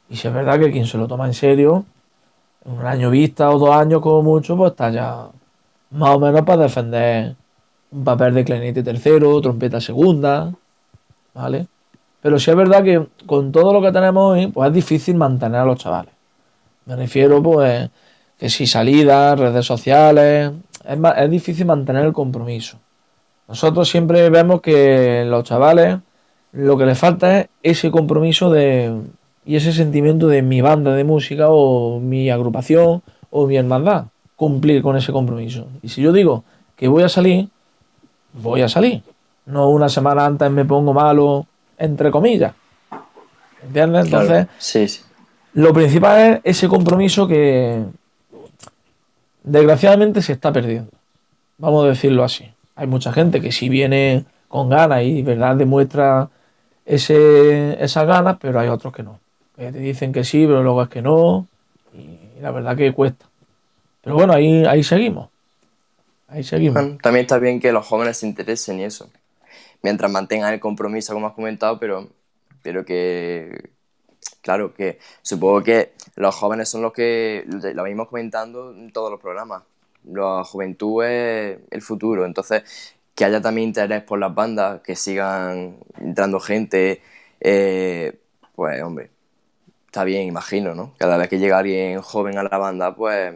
S2: Y si es verdad que quien se lo toma en serio, en un año vista o dos años como mucho, pues está ya más o menos para defender un papel de clarinete tercero, trompeta segunda, ¿vale? Pero sí es verdad que con todo lo que tenemos hoy, pues es difícil mantener a los chavales. Me refiero, pues, que si salidas, redes sociales, es, ma- es difícil mantener el compromiso. Nosotros siempre vemos que los chavales lo que les falta es ese compromiso de, y ese sentimiento de mi banda de música o mi agrupación o mi hermandad, cumplir con ese compromiso. Y si yo digo que voy a salir, voy a salir. No una semana antes me pongo malo, entre comillas. ¿Entiendes?
S1: Claro,
S2: Entonces,
S1: sí, sí.
S2: lo principal es ese compromiso que desgraciadamente se está perdiendo. Vamos a decirlo así. Hay mucha gente que sí viene con ganas y verdad demuestra ese, esas ganas, pero hay otros que no. Que te dicen que sí, pero luego es que no. Y la verdad que cuesta. Pero bueno, ahí, ahí seguimos. Ahí seguimos.
S1: Bueno, también está bien que los jóvenes se interesen y eso, mientras mantengan el compromiso, como has comentado, pero, pero que, claro, que supongo que los jóvenes son los que, lo venimos comentando en todos los programas, la juventud es el futuro, entonces que haya también interés por las bandas, que sigan entrando gente, eh, pues hombre, está bien, imagino, ¿no? Cada vez que llega alguien joven a la banda, pues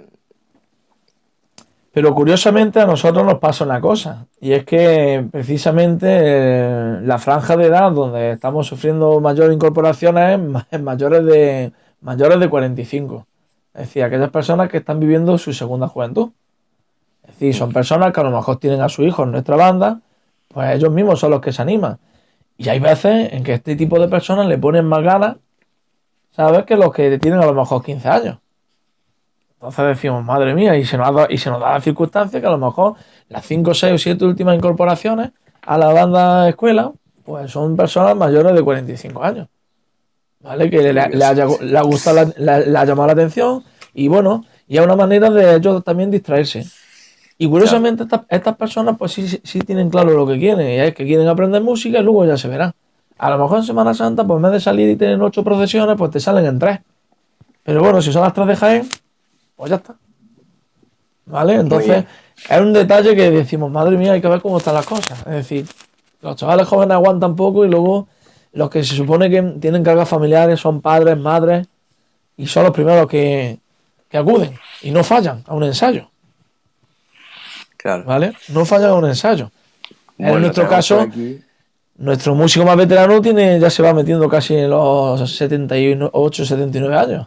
S2: Pero curiosamente a nosotros nos pasa una cosa, y es que precisamente eh, la franja de edad donde estamos sufriendo mayores incorporaciones es ma- es mayores de, mayores de cuarenta y cinco. Es decir, aquellas personas que están viviendo su segunda juventud. Es decir, son personas que a lo mejor tienen a su hijo en nuestra banda, pues ellos mismos son los que se animan. Y hay veces en que este tipo de personas le ponen más ganas, ¿sabes? Que los que tienen a lo mejor quince años. Entonces decimos, madre mía, y se nos, da, y se nos da la circunstancia que a lo mejor las cinco, seis o siete últimas incorporaciones a la banda escuela, pues son personas mayores de cuarenta y cinco años, ¿vale? Que le, le,
S1: curioso.
S2: haya, le ha gustado, la, le, le ha llamado la atención y bueno, y es una manera de ellos también distraerse. Y
S1: Claro,
S2: curiosamente estas, estas personas pues sí, sí, sí tienen claro lo que quieren, y es que quieren aprender música y luego ya se verán. A lo mejor en Semana Santa, pues en vez de salir y tener ocho procesiones, pues te salen en tres. Pero bueno, si son las tres de Jaén, pues ya está. ¿Vale?
S1: muy
S2: Entonces,
S1: bien.
S2: es un detalle que decimos, madre mía, hay que ver cómo están las cosas. Es decir, los chavales jóvenes aguantan poco y luego los que se supone que tienen cargas familiares son padres, madres y son los primeros que, que acuden y no fallan a un ensayo.
S1: Claro.
S2: ¿Vale? No fallan a un ensayo. En
S1: Bueno,
S2: nuestro
S1: tenemos por
S2: caso,
S1: aquí
S2: nuestro músico más veterano tiene, ya se va metiendo casi en los setenta y ocho, setenta y nueve años.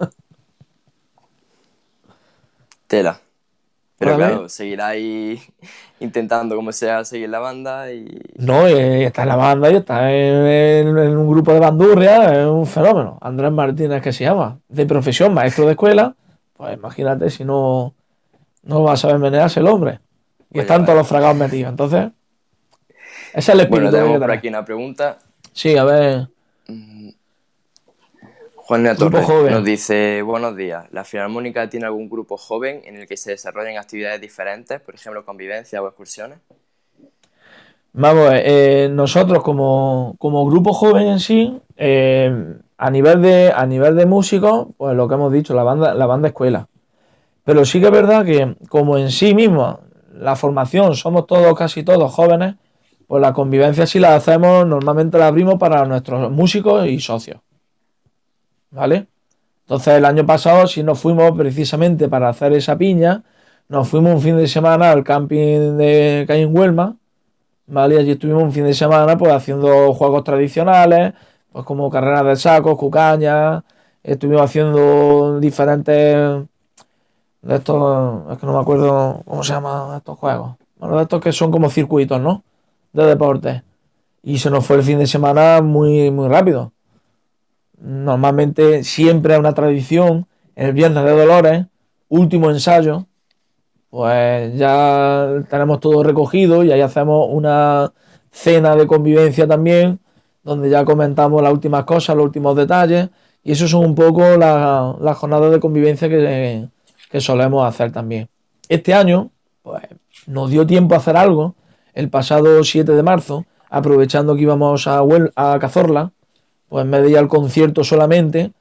S1: tela. Pero
S2: ¿Vale?
S1: claro, seguirá ahí intentando como sea seguir la banda y
S2: No, y está en la banda y está en, en- en un grupo de bandurria, es un fenómeno. Andrés Martínez que se llama, de profesión, maestro de escuela, pues imagínate si no, no va a saber menearse el hombre. Y
S1: vaya,
S2: están todos
S1: vaya.
S2: los fragados metidos. Entonces, ese es el
S1: Bueno,
S2: espíritu que hay que
S1: tenemos por
S2: tener.
S1: aquí una pregunta.
S2: Sí, a ver,
S1: Mm, Juana
S2: grupo
S1: Torres nos
S2: joven.
S1: dice, buenos días, ¿la Filarmónica tiene algún grupo joven en el que se desarrollen actividades diferentes, por ejemplo, convivencia o excursiones?
S2: Vamos, a ver, eh, nosotros como, como grupo joven en sí, eh, a nivel de, a nivel de músicos, pues lo que hemos dicho, la banda, la banda escuela. Pero sí que es verdad que como en sí mismo la formación somos todos, casi todos jóvenes, pues la convivencia sí la hacemos, normalmente la abrimos para nuestros músicos y socios, ¿vale? Entonces el año pasado sí nos fuimos precisamente para hacer esa piña, nos fuimos un fin de semana al camping de que hay en Huelma, ¿vale? Y allí estuvimos un fin de semana pues haciendo juegos tradicionales, pues como carreras de sacos, cucañas, estuvimos haciendo diferentes de estos, es que no me acuerdo cómo se llaman estos juegos. Bueno, de estos que son como circuitos, ¿no? De deporte. Y se nos fue el fin de semana muy, muy rápido. Normalmente siempre es una tradición, el Viernes de Dolores, último ensayo, pues ya tenemos todo recogido y ahí hacemos una cena de convivencia también, donde ya comentamos las últimas cosas, los últimos detalles, y eso son un poco las la jornadas de convivencia que, que solemos hacer también. Este año, pues nos dio tiempo a hacer algo, el pasado siete de marzo, aprovechando que íbamos a, Huel a Cazorla, pues en vez de ir al concierto solamente,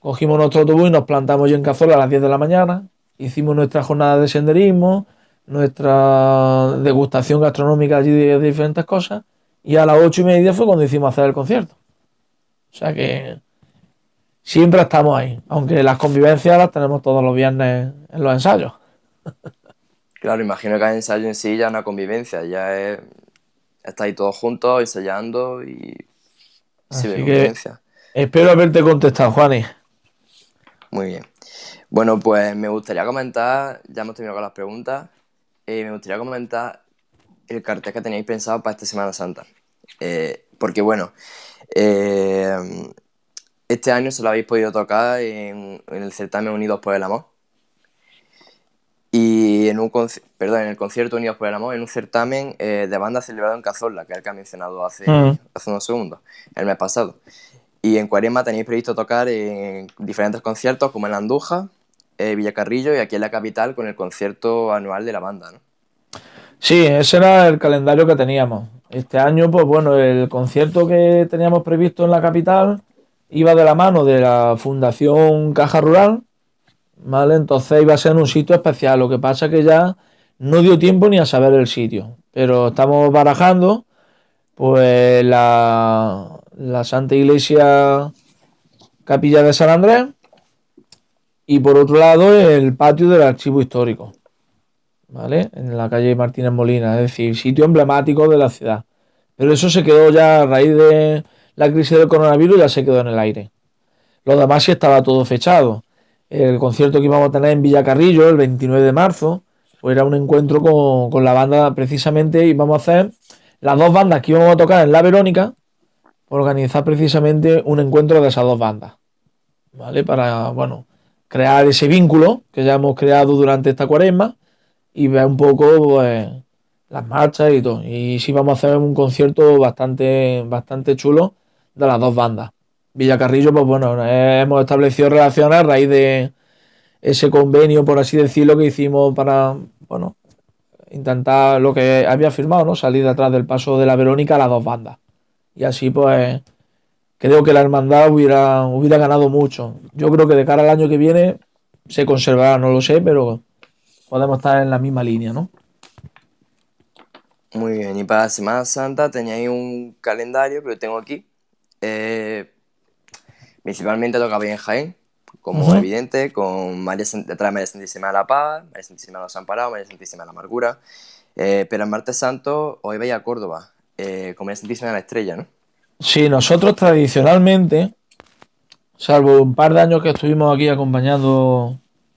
S2: cogimos nuestro autobús y nos plantamos ya en Cazorla a las diez de la mañana, hicimos nuestra jornada de senderismo, nuestra degustación gastronómica allí de, de diferentes cosas, y a las ocho y media fue cuando hicimos hacer el concierto. O sea que siempre estamos ahí, aunque las convivencias las tenemos todos los viernes en los ensayos.
S1: Claro, imagino que cada ensayo en sí ya es una convivencia, ya es, estáis todos juntos ensayando y sirve de
S2: Así que
S1: convivencia.
S2: espero haberte contestado, Juanes.
S1: Muy bien. Bueno, pues me gustaría comentar, ya hemos terminado con las preguntas, eh, me gustaría comentar el cartel que tenéis pensado para esta Semana Santa. Eh, porque bueno, eh, este año se lo habéis podido tocar en, en el certamen Unidos por el Amor. Y en un conci- perdón, en el concierto Unidos por el Amor, en un certamen eh, de banda celebrado en Cazorla, que es el que ha mencionado hace,
S2: Mm.
S1: hace unos segundos, el mes pasado. Y en Cuaresma tenéis previsto tocar en diferentes conciertos, como en La Anduja, eh, Villacarrillo y aquí en la capital con el concierto anual de la banda, ¿no?
S2: Sí, ese era el calendario que teníamos. Este año, pues bueno, el concierto que teníamos previsto en la capital iba de la mano de la Fundación Caja Rural, ¿vale? Entonces iba a ser en un sitio especial. Lo que pasa es que ya no dio tiempo ni a saber el sitio. Pero estamos barajando, pues, la, la Santa Iglesia Capilla de San Andrés y por otro lado el patio del Archivo Histórico, ¿vale? En la calle Martínez Molina, es decir, sitio emblemático de la ciudad. Pero eso se quedó ya a raíz de la crisis del coronavirus, ya se quedó en el aire. Lo demás sí estaba todo fechado. El concierto que íbamos a tener en Villacarrillo el veintinueve de marzo, pues era un encuentro con, con la banda, precisamente íbamos a hacer las dos bandas que íbamos a tocar en La Verónica, organizar precisamente un encuentro de esas dos bandas, ¿vale? Para, bueno, crear ese vínculo que ya hemos creado durante esta cuaresma y ver un poco, pues, las marchas y todo. Y sí vamos a hacer un concierto bastante, bastante chulo de las dos bandas. Villacarrillo, pues bueno, eh, hemos establecido relaciones a raíz de ese convenio, por así decirlo, que hicimos para, bueno, intentar lo que había firmado, ¿no? Salir de atrás del paso de la Verónica a las dos bandas. Y así, pues, creo que la hermandad hubiera, hubiera ganado mucho. Yo creo que de cara al año que viene se conservará, no lo sé, pero podemos estar en la misma línea, ¿no?
S1: Muy bien, y para Semana Santa teníais un calendario que lo tengo aquí. Eh, principalmente tocabais en Jaén, como
S2: Ujú.
S1: evidente, con María, Sant- detrás de María Santísima de la Paz, María Santísima de los Amparados, María Santísima de la Amargura. Eh, pero el martes santo os ibais a Córdoba, eh, con María Santísima de la Estrella, ¿no?
S2: Sí, nosotros tradicionalmente, salvo un par de años que estuvimos aquí acompañando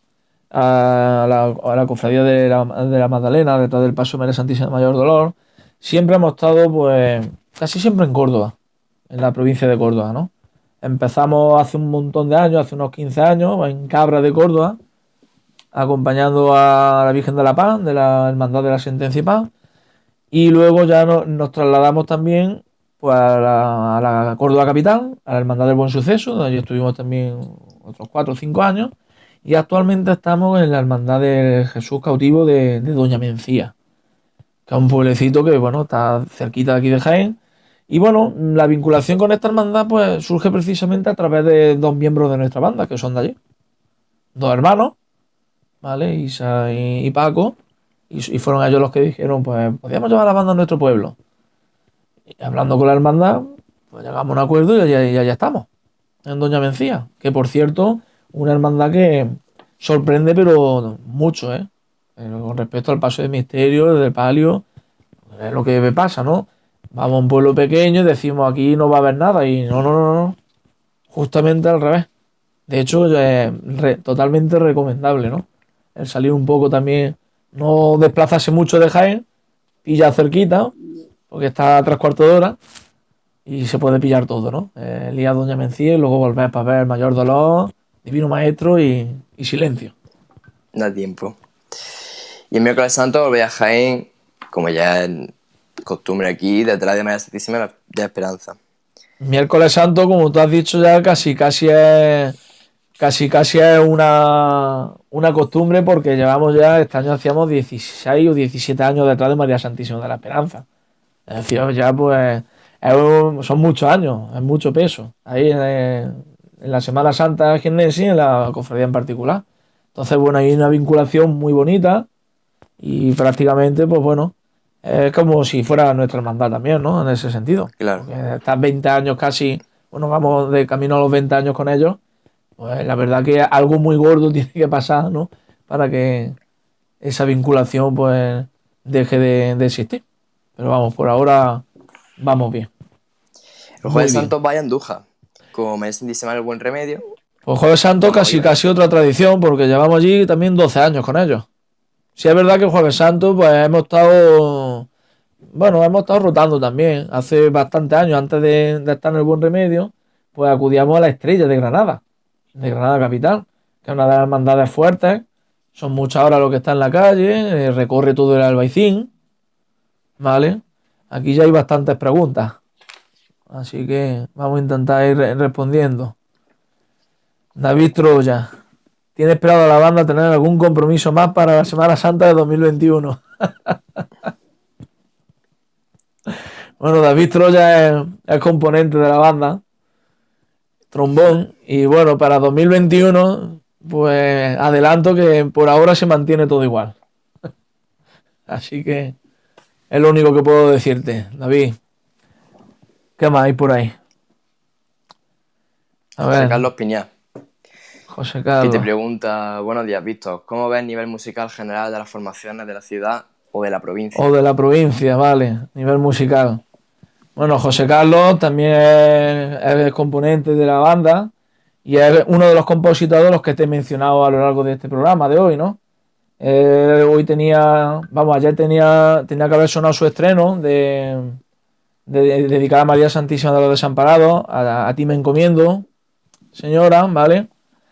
S2: a la, a la cofradía de la, de la Magdalena, detrás del Paso de María Santísima de Mayor Dolor, siempre hemos estado, pues, casi siempre en Córdoba, en la provincia de Córdoba, ¿no? Empezamos hace un montón de años, hace unos quince años, en Cabra de Córdoba, acompañando a la Virgen de la Paz, de la Hermandad de la Sentencia y Paz, y luego ya no- nos trasladamos también, pues, a la, a la Córdoba capital, a la Hermandad del Buen Suceso, donde allí estuvimos también otros cuatro o cinco años, y actualmente estamos en la Hermandad del Jesús Cautivo de, de Doña Mencía, que es un pueblecito que, bueno, está cerquita de aquí de Jaén. Y bueno, la vinculación con esta hermandad pues surge precisamente a través de dos miembros de nuestra banda, que son de allí. Dos hermanos, ¿vale? Isa y, y Paco. Y, y fueron ellos los que dijeron, pues, podríamos llevar la banda a nuestro pueblo. Y hablando con la hermandad, pues llegamos a un acuerdo y allá, y allá estamos, en Doña Mencía. Que por cierto, una hermandad que sorprende, pero mucho, ¿eh? Pero con respecto al paso de misterio, del palio, es lo que pasa, ¿no? Vamos a un pueblo pequeño y decimos aquí no va a haber nada. Y no, no, no, no. Justamente al revés. De hecho, es re- totalmente recomendable, ¿no? El salir un poco también, no desplazarse mucho de Jaén, pilla cerquita, porque está a tres cuartos de hora y se puede pillar todo, ¿no? Eh, el día Doña Mencía y luego volver para ver Mayor Dolor, Divino Maestro y, y Silencio.
S1: Da tiempo. Y el miércoles santo volvéis a Jaén, como ya es costumbre aquí, detrás de María Santísima de la Esperanza.
S2: Miércoles Santo, como tú has dicho ya, casi casi es casi casi es una, una costumbre porque llevamos ya, este año hacíamos dieciséis o diecisiete años detrás de María Santísima de la Esperanza. Es decir, ya pues es un- son muchos años, es mucho peso ahí en, en la Semana Santa jiennense y en la cofradía en particular. Entonces, bueno, hay una vinculación muy bonita y prácticamente, pues bueno, es como si fuera nuestra hermandad también, ¿no? En ese sentido.
S1: Claro.
S2: Porque estás veinte años casi, bueno, vamos de camino a los veinte años con ellos, pues la verdad que algo muy gordo tiene que pasar, ¿no? Para que esa vinculación, pues, deje de, de existir. Pero vamos, por ahora vamos bien.
S1: El
S2: Muy
S1: Jueves
S2: bien.
S1: Santo va a Andújar, como me dicen el Buen Remedio.
S2: Pues Jueves Santo
S1: Vamos a
S2: casi
S1: ir,
S2: casi
S1: ¿eh?
S2: otra tradición, porque llevamos allí también doce años con ellos. Sí es verdad que el Jueves Santo, pues hemos estado, bueno, hemos estado rotando también. Hace bastantes años, antes de, de estar en el Buen Remedio, pues acudíamos a la Estrella de Granada, de Granada Capital, que es una de las hermandades fuertes. Son muchas horas lo que está en la calle, eh, recorre todo el Albaicín, ¿vale? Aquí ya hay bastantes preguntas, así que vamos a intentar ir re- respondiendo. David Troya, ¿tiene esperado a la banda tener algún compromiso más para la Semana Santa de dos mil veintiuno? Bueno, David Troya es, es componente de la banda, trombón, y bueno, para dos mil veintiuno, pues adelanto que por ahora se mantiene todo igual. Así que es lo único que puedo decirte, David. ¿Qué más hay por ahí? A
S1: José
S2: ver,
S1: Carlos Piñá,
S2: José
S1: que te
S2: Carlos.
S1: pregunta, buenos días, Víctor, ¿cómo ves el nivel musical general de las formaciones de la ciudad o de la provincia?
S2: O de la provincia, vale, nivel musical. Bueno, José Carlos también es, es componente de la banda y es uno de los compositores de los que te he mencionado a lo largo de este programa de hoy, ¿no? Eh, hoy tenía, vamos, ayer tenía, tenía que haber sonado su estreno de, de, de dedicada a María Santísima de los Desamparados, a, a ti me encomiendo, señora, ¿vale?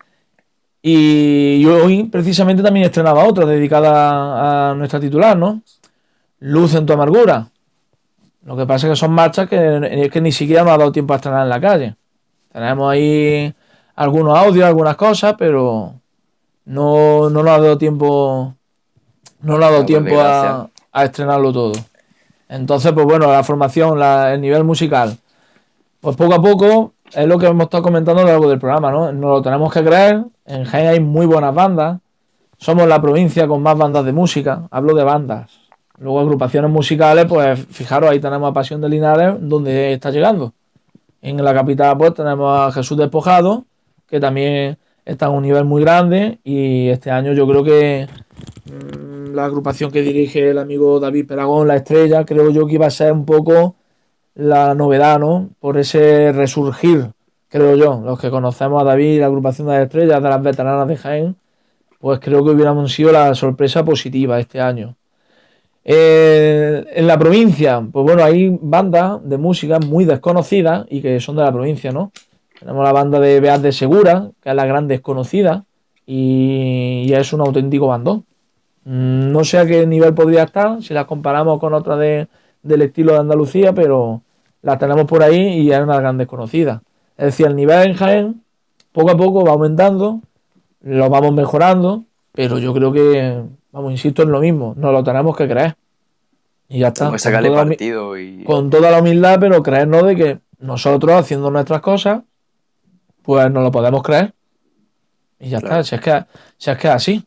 S2: Y hoy precisamente también estrenaba otra dedicada a nuestra titular, ¿no? Luz en tu amargura. Lo que pasa es que son marchas que, es que ni siquiera nos ha dado tiempo a estrenar en la calle. Tenemos ahí algunos audios, algunas cosas, pero no, no nos ha dado tiempo, no nos ha dado
S1: No, por
S2: tiempo
S1: desgracia.
S2: a, a estrenarlo todo. Entonces, pues bueno, la formación, la- el nivel musical, pues poco a poco es lo que hemos estado comentando a lo largo del programa, ¿no? Nos lo tenemos que creer. En Jaén hay muy buenas bandas. Somos la provincia con más bandas de música. Hablo de bandas. Luego agrupaciones musicales, pues fijaros, ahí tenemos a Pasión de Linares, donde está llegando. En la capital, pues tenemos a Jesús Despojado, que también está a un nivel muy grande. Y este año yo creo que mmm, la agrupación que dirige el amigo David Peragón, La Estrella, creo yo que iba a ser un poco la novedad, ¿no? Por ese resurgir, creo yo. Los que conocemos a David y la agrupación de las estrellas de las veteranas de Jaén, pues creo que hubiéramos sido la sorpresa positiva este año. Eh, en la provincia, pues bueno, hay bandas de música muy desconocidas y que son de la provincia, ¿no? Tenemos la banda de Beat de Segura, que es la gran desconocida, y, y es un auténtico bandón. Mm, No sé a qué nivel podría estar si las comparamos con otras de, del estilo de Andalucía, pero las tenemos por ahí y es una gran desconocida. Es decir, el nivel en Jaén poco a poco va aumentando, lo vamos mejorando, pero yo creo que, vamos, insisto en lo mismo, nos lo tenemos que creer. Y ya
S1: Tenemos
S2: está,
S1: que
S2: con
S1: sacarle
S2: toda,
S1: partido y...
S2: con toda la humildad, pero creernos de que nosotros haciendo nuestras cosas, pues nos lo podemos creer. Y ya está,
S1: Claro.
S2: si es que, si es que es así,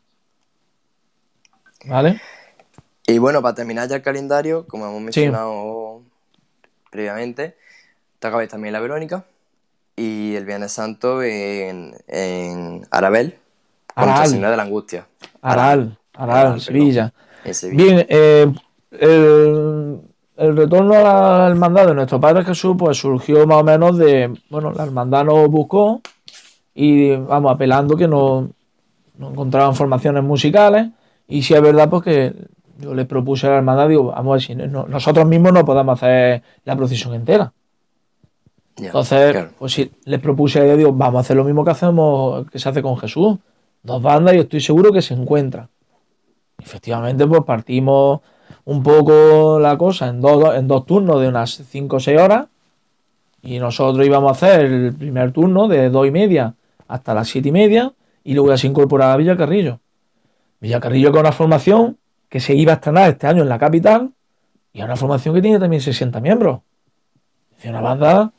S2: ¿vale?
S1: Y bueno, para terminar ya el calendario, como hemos
S2: Sí,
S1: mencionado previamente, esta vez también la Verónica y el Viernes Santo en, en Arabel con Nuestra
S2: Aral.
S1: Señora de la Angustia. Aral,
S2: Aral, Aral,
S1: Aral, perdón,
S2: Sevilla.
S1: en Sevilla.
S2: Bien, eh, el, el retorno a la hermandad de nuestro Padre Jesús pues surgió más o menos de, bueno, la hermandad nos buscó y vamos apelando que no, no encontraban formaciones musicales y si es verdad pues que yo le propuse a la hermandad, digo, vamos a ver si no- nosotros mismos no podemos hacer la procesión entera.
S1: Ya,
S2: Entonces,
S1: claro,
S2: pues si les propuse a ella, digo, vamos a hacer lo mismo que hacemos, que se hace con Jesús. Dos bandas y estoy seguro que se encuentran. Efectivamente, pues partimos un poco la cosa en dos, en dos turnos de unas cinco o seis horas y nosotros íbamos a hacer el primer turno de dos y media hasta las siete y media y luego ya se incorporaba Villacarrillo. Villacarrillo con una formación que se iba a estrenar este año en la capital y es una formación que tiene también sesenta miembros. Es decir, una banda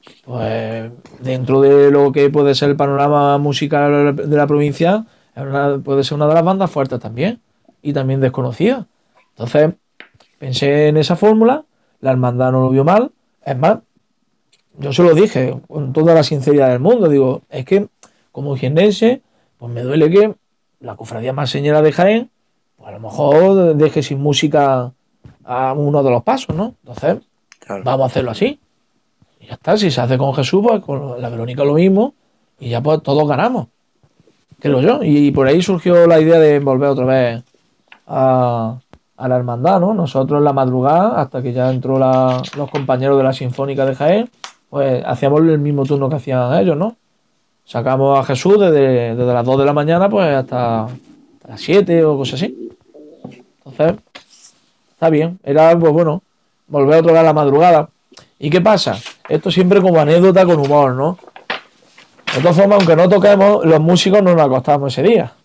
S2: pues dentro de lo que puede ser el panorama musical de la provincia, es una- puede ser una de las bandas fuertes también y también desconocida. Entonces pensé en esa fórmula, la hermandad no lo vio mal. Es más, yo se lo dije con toda la sinceridad del mundo. Digo, es que como jiennense, pues me duele que la cofradía más señera de Jaén, pues a lo mejor deje sin música a uno de los pasos, ¿no? Entonces,
S1: Claro.
S2: vamos a hacerlo así. Y ya está, si se hace con Jesús, pues con la Verónica lo mismo, y ya pues todos ganamos, creo yo. Y por ahí surgió la idea de volver otra vez a, a la hermandad, ¿no? Nosotros en la madrugada, hasta que ya entró la- los compañeros de la Sinfónica de Jaén, pues hacíamos el mismo turno que hacían ellos, ¿no? Sacamos a Jesús desde, desde las dos de la mañana pues hasta, hasta las siete o cosas así. Entonces, está bien. Era, pues bueno, volver otra vez a la madrugada. ¿Y qué pasa? Esto siempre como anécdota con humor, ¿no? De todas formas, aunque no toquemos, los músicos no nos acostamos ese día.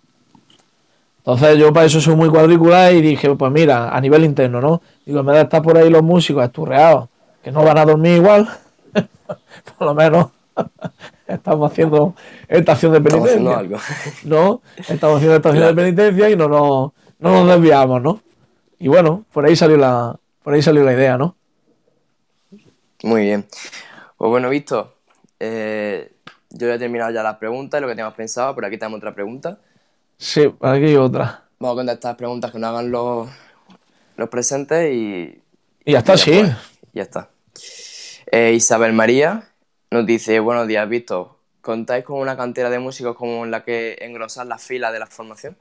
S2: Entonces yo para eso soy muy cuadricular y dije, pues mira, a nivel interno, ¿no? Digo, en vez de estar por ahí los músicos esturreados, que no van a dormir igual, por lo menos estamos haciendo estación de
S1: Estamos haciendo
S2: penitencia,
S1: algo.
S2: ¿no? Estamos haciendo estación de
S1: Claro.
S2: penitencia y no nos, no nos desviamos, ¿no? Y bueno, por ahí salió la, por ahí salió la idea, ¿no?
S1: Muy bien. Pues bueno, Víctor, eh, yo ya he terminado ya las preguntas, lo que teníamos pensado, pero aquí tenemos otra pregunta.
S2: Sí, aquí hay otra.
S1: Vamos a contestar preguntas que nos hagan los, los presentes y,
S2: Y ya
S1: y
S2: está,
S1: ya
S2: sí.
S1: pues, ya está. Eh, Isabel María nos dice, buenos días, Víctor. ¿Contáis con una cantera de músicos como la que engrosar las filas de la formación?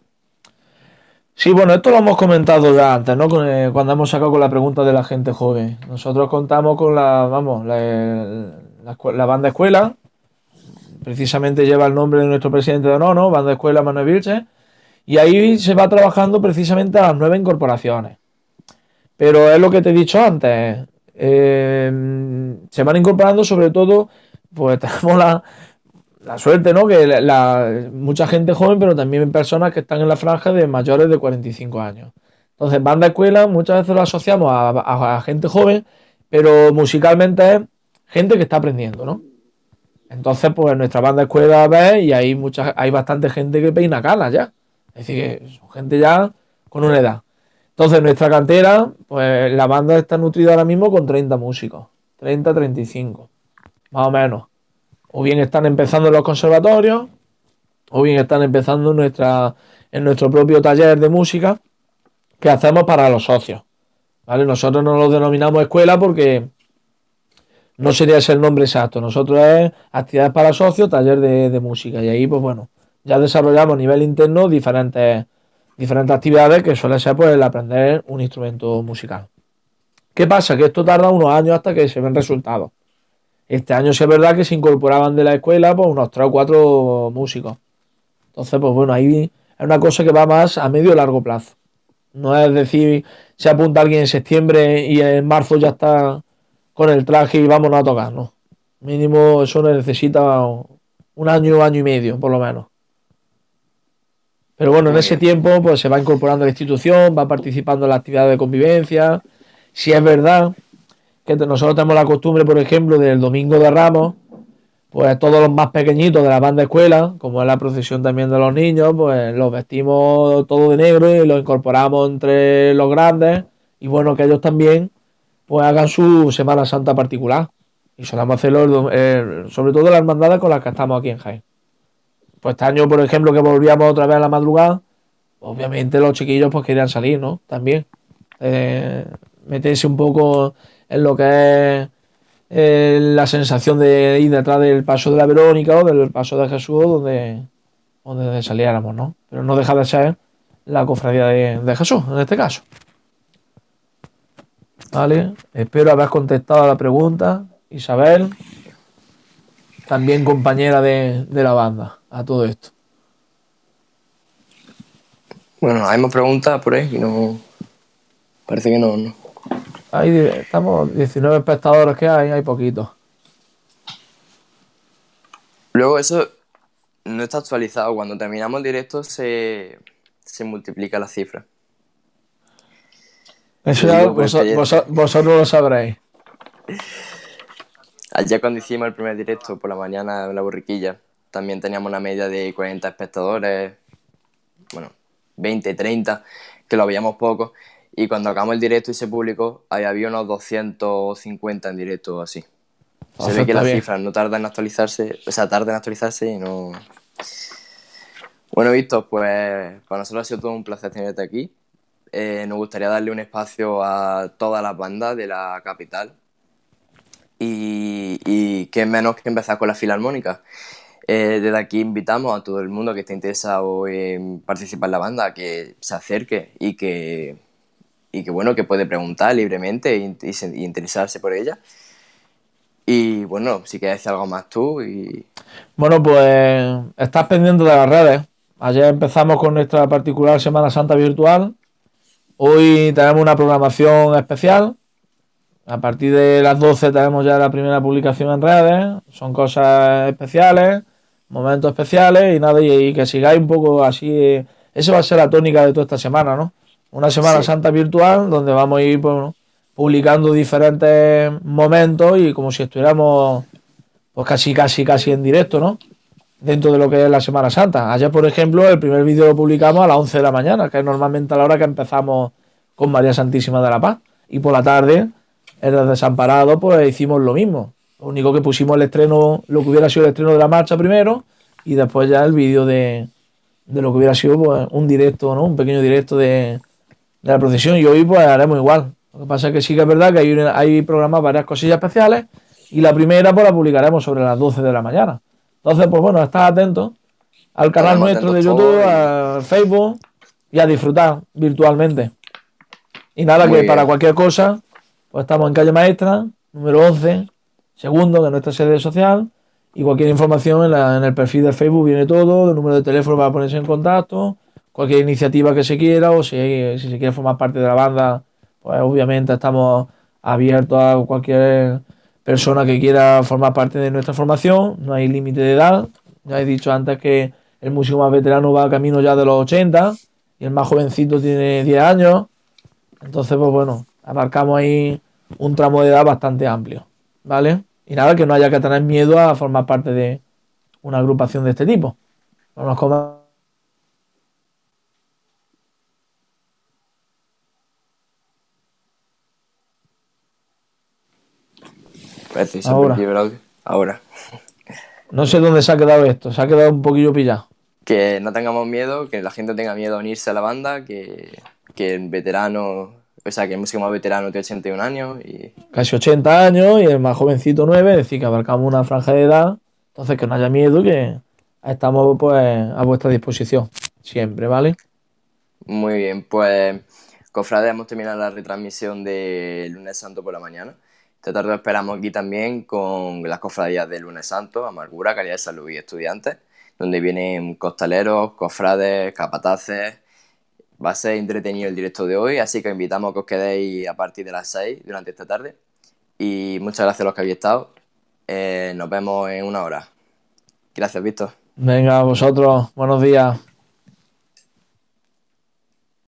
S2: Sí, bueno, esto lo hemos comentado ya antes, ¿no? Con, eh, cuando hemos sacado con la pregunta de la gente joven. Nosotros contamos con la, vamos, la, la, escue- la banda escuela, precisamente lleva el nombre de nuestro presidente de honor, ¿no? Banda escuela Manuel Vilches, y ahí se va trabajando precisamente a las nueve incorporaciones. Pero es lo que te he dicho antes, eh, se van incorporando sobre todo, pues tenemos la, la suerte, ¿no? Que la, la- mucha gente joven, pero también personas que están en la franja de mayores de cuarenta y cinco años. Entonces, banda escuela muchas veces lo asociamos a, a- a gente joven, pero musicalmente es gente que está aprendiendo, ¿no? Entonces, pues nuestra banda escuela ves y hay mucha, hay bastante gente que peina canas ya. Es decir, que son gente ya con una edad. Entonces, nuestra cantera, pues la banda está nutrida ahora mismo con treinta músicos. treinta, treinta y cinco, más o menos. O bien están empezando en los conservatorios, o bien están empezando en, nuestra, en nuestro propio taller de música que hacemos para los socios. ¿Vale? Nosotros no lo denominamos escuela porque no sería ese el nombre exacto. Nosotros es actividades para socios, taller de, de música. Y ahí, pues bueno, ya desarrollamos a nivel interno diferentes, diferentes actividades que suele ser pues, el aprender un instrumento musical. ¿Qué pasa? Que esto tarda unos años hasta que se ven resultados. Este año sí es verdad que se incorporaban de la escuela pues, unos tres o cuatro músicos. Entonces, pues bueno, ahí es una cosa que va más a medio y largo plazo. No es decir, se apunta alguien en septiembre y en marzo ya está con el traje y vámonos a tocar, ¿no? Mínimo eso necesita un año, año y medio, por lo menos. Pero bueno, en
S1: Muy
S2: ese
S1: bien.
S2: tiempo pues se va incorporando a la institución, va participando en las actividades de convivencia. Si es verdad que nosotros tenemos la costumbre, por ejemplo, del Domingo de Ramos, pues todos los más pequeñitos de la banda escuela, como es la procesión también de los niños, pues los vestimos todo de negro y los incorporamos entre los grandes. Y bueno, que ellos también pues hagan su Semana Santa particular. Y solemos hacerlo eh, sobre todo las hermandades con las que estamos aquí en Jaén. Pues este año, por ejemplo, que volvíamos otra vez a la madrugada, obviamente los chiquillos pues querían salir, ¿no? También. Eh, meterse un poco en lo que es eh, la sensación de ir detrás del paso de la Verónica o del paso de Jesús donde, donde saliéramos, ¿no? Pero no deja de ser la cofradía de, de Jesús, en este caso. ¿Vale? Espero haber contestado a la pregunta, Isabel, también compañera de, de la banda, a todo esto.
S1: Bueno, hay más preguntas por ahí y no. Parece que no, ¿no?
S2: Ahí estamos, diecinueve espectadores que hay, hay poquitos.
S1: Luego eso no está actualizado. Cuando terminamos el directo se, se multiplica la cifra.
S2: Eso
S1: Lo
S2: ya
S1: digo por
S2: vos- vos-
S1: experiencia.
S2: vosotros lo sabréis.
S1: Ayer cuando hicimos el primer directo por la mañana en la borriquilla, también teníamos una media de cuarenta espectadores, bueno, veinte, treinta, que lo veíamos poco. Y cuando acabamos el directo y se publicó, ahí había unos doscientos cincuenta en directo o así. Se
S2: Entonces
S1: ve que
S2: está
S1: las
S2: bien.
S1: cifras no tardan en actualizarse, o sea, tardan en actualizarse y no... Bueno, Víctor, pues para nosotros ha sido todo un placer tenerte aquí. Eh, nos gustaría darle un espacio a todas las bandas de la capital y, y qué menos que empezar con la Filarmónica. Eh, desde aquí invitamos a todo el mundo que esté interesado en participar en la banda a que se acerque y que, y que bueno, que puede preguntar libremente y, y, y interesarse por ella. Y bueno, si quieres decir algo más tú y...
S2: Bueno, pues estás pendiente de las redes. Ayer empezamos con nuestra particular Semana Santa virtual. Hoy tenemos una programación especial. A partir de las doce tenemos ya la primera publicación en redes. Son cosas especiales, momentos especiales y nada, y, y que sigáis un poco así. Esa va a ser la tónica de toda esta semana, ¿no? Una Semana
S1: Sí,
S2: Santa virtual donde vamos a ir pues, bueno, publicando diferentes momentos y como si estuviéramos pues casi, casi, casi en directo, ¿no? Dentro de lo que es la Semana Santa. Ayer, por ejemplo, el primer vídeo lo publicamos a las once de la mañana, que es normalmente a la hora que empezamos con María Santísima de la Paz. Y por la tarde, en el Desamparado, pues hicimos lo mismo. Lo único que pusimos el estreno, lo que hubiera sido el estreno de la marcha primero, y después ya el vídeo de, de lo que hubiera sido pues, un directo, ¿no? Un pequeño directo de, de la procesión. Y hoy pues haremos igual. Lo que pasa es que sí que es verdad que hay, hay programadas varias cosillas especiales, y la primera pues la publicaremos sobre las doce de la mañana. Entonces, pues bueno, estad atentos al canal
S1: estaremos
S2: nuestro
S1: atentos
S2: de YouTube,
S1: todos y
S2: al Facebook y a disfrutar virtualmente. Y nada,
S1: muy
S2: que para
S1: bien.
S2: cualquier cosa, pues estamos en calle Maestra, número once, segundo, que es nuestra sede social. Y cualquier información en, la- en el perfil de Facebook viene todo, el número de teléfono para ponerse en contacto, cualquier iniciativa que se quiera o si, si se quiere formar parte de la banda, pues obviamente estamos abiertos a cualquier persona que quiera formar parte de nuestra formación, no hay límite de edad. Ya he dicho antes que el músico más veterano va camino ya de los ochenta y el más jovencito tiene diez años. Entonces, pues bueno, abarcamos ahí un tramo de edad bastante amplio, ¿vale? Y nada, que no haya que tener miedo a formar parte de una agrupación de este tipo. No nos coma
S1: Parece que se ha
S2: ahora.
S1: perdido el audio. Ahora.
S2: No sé dónde se ha quedado esto, se ha quedado un poquillo pillado.
S1: Que no tengamos miedo, que la gente tenga miedo a unirse a la banda, que, que el veterano, o sea, que el músico más veterano tiene ochenta y un años y
S2: Casi ochenta años y el más jovencito nueve, es decir, que abarcamos una franja de edad. Entonces, que no haya miedo, que estamos pues a vuestra disposición, siempre, ¿vale?
S1: muy bien. Pues, cofrades, hemos terminado la retransmisión de Lunes Santo por la mañana. Esta tarde os esperamos aquí también con las cofradías de Lunes Santo, Amargura, Calidad de Salud y Estudiantes, donde vienen costaleros, cofrades, capataces. Va a ser entretenido el directo de hoy, así que os invitamos a que os quedéis a partir de las seis durante esta tarde. Y muchas gracias a los que habéis estado. Eh, nos vemos en una hora. Gracias, Víctor.
S2: Venga, vosotros, buenos días.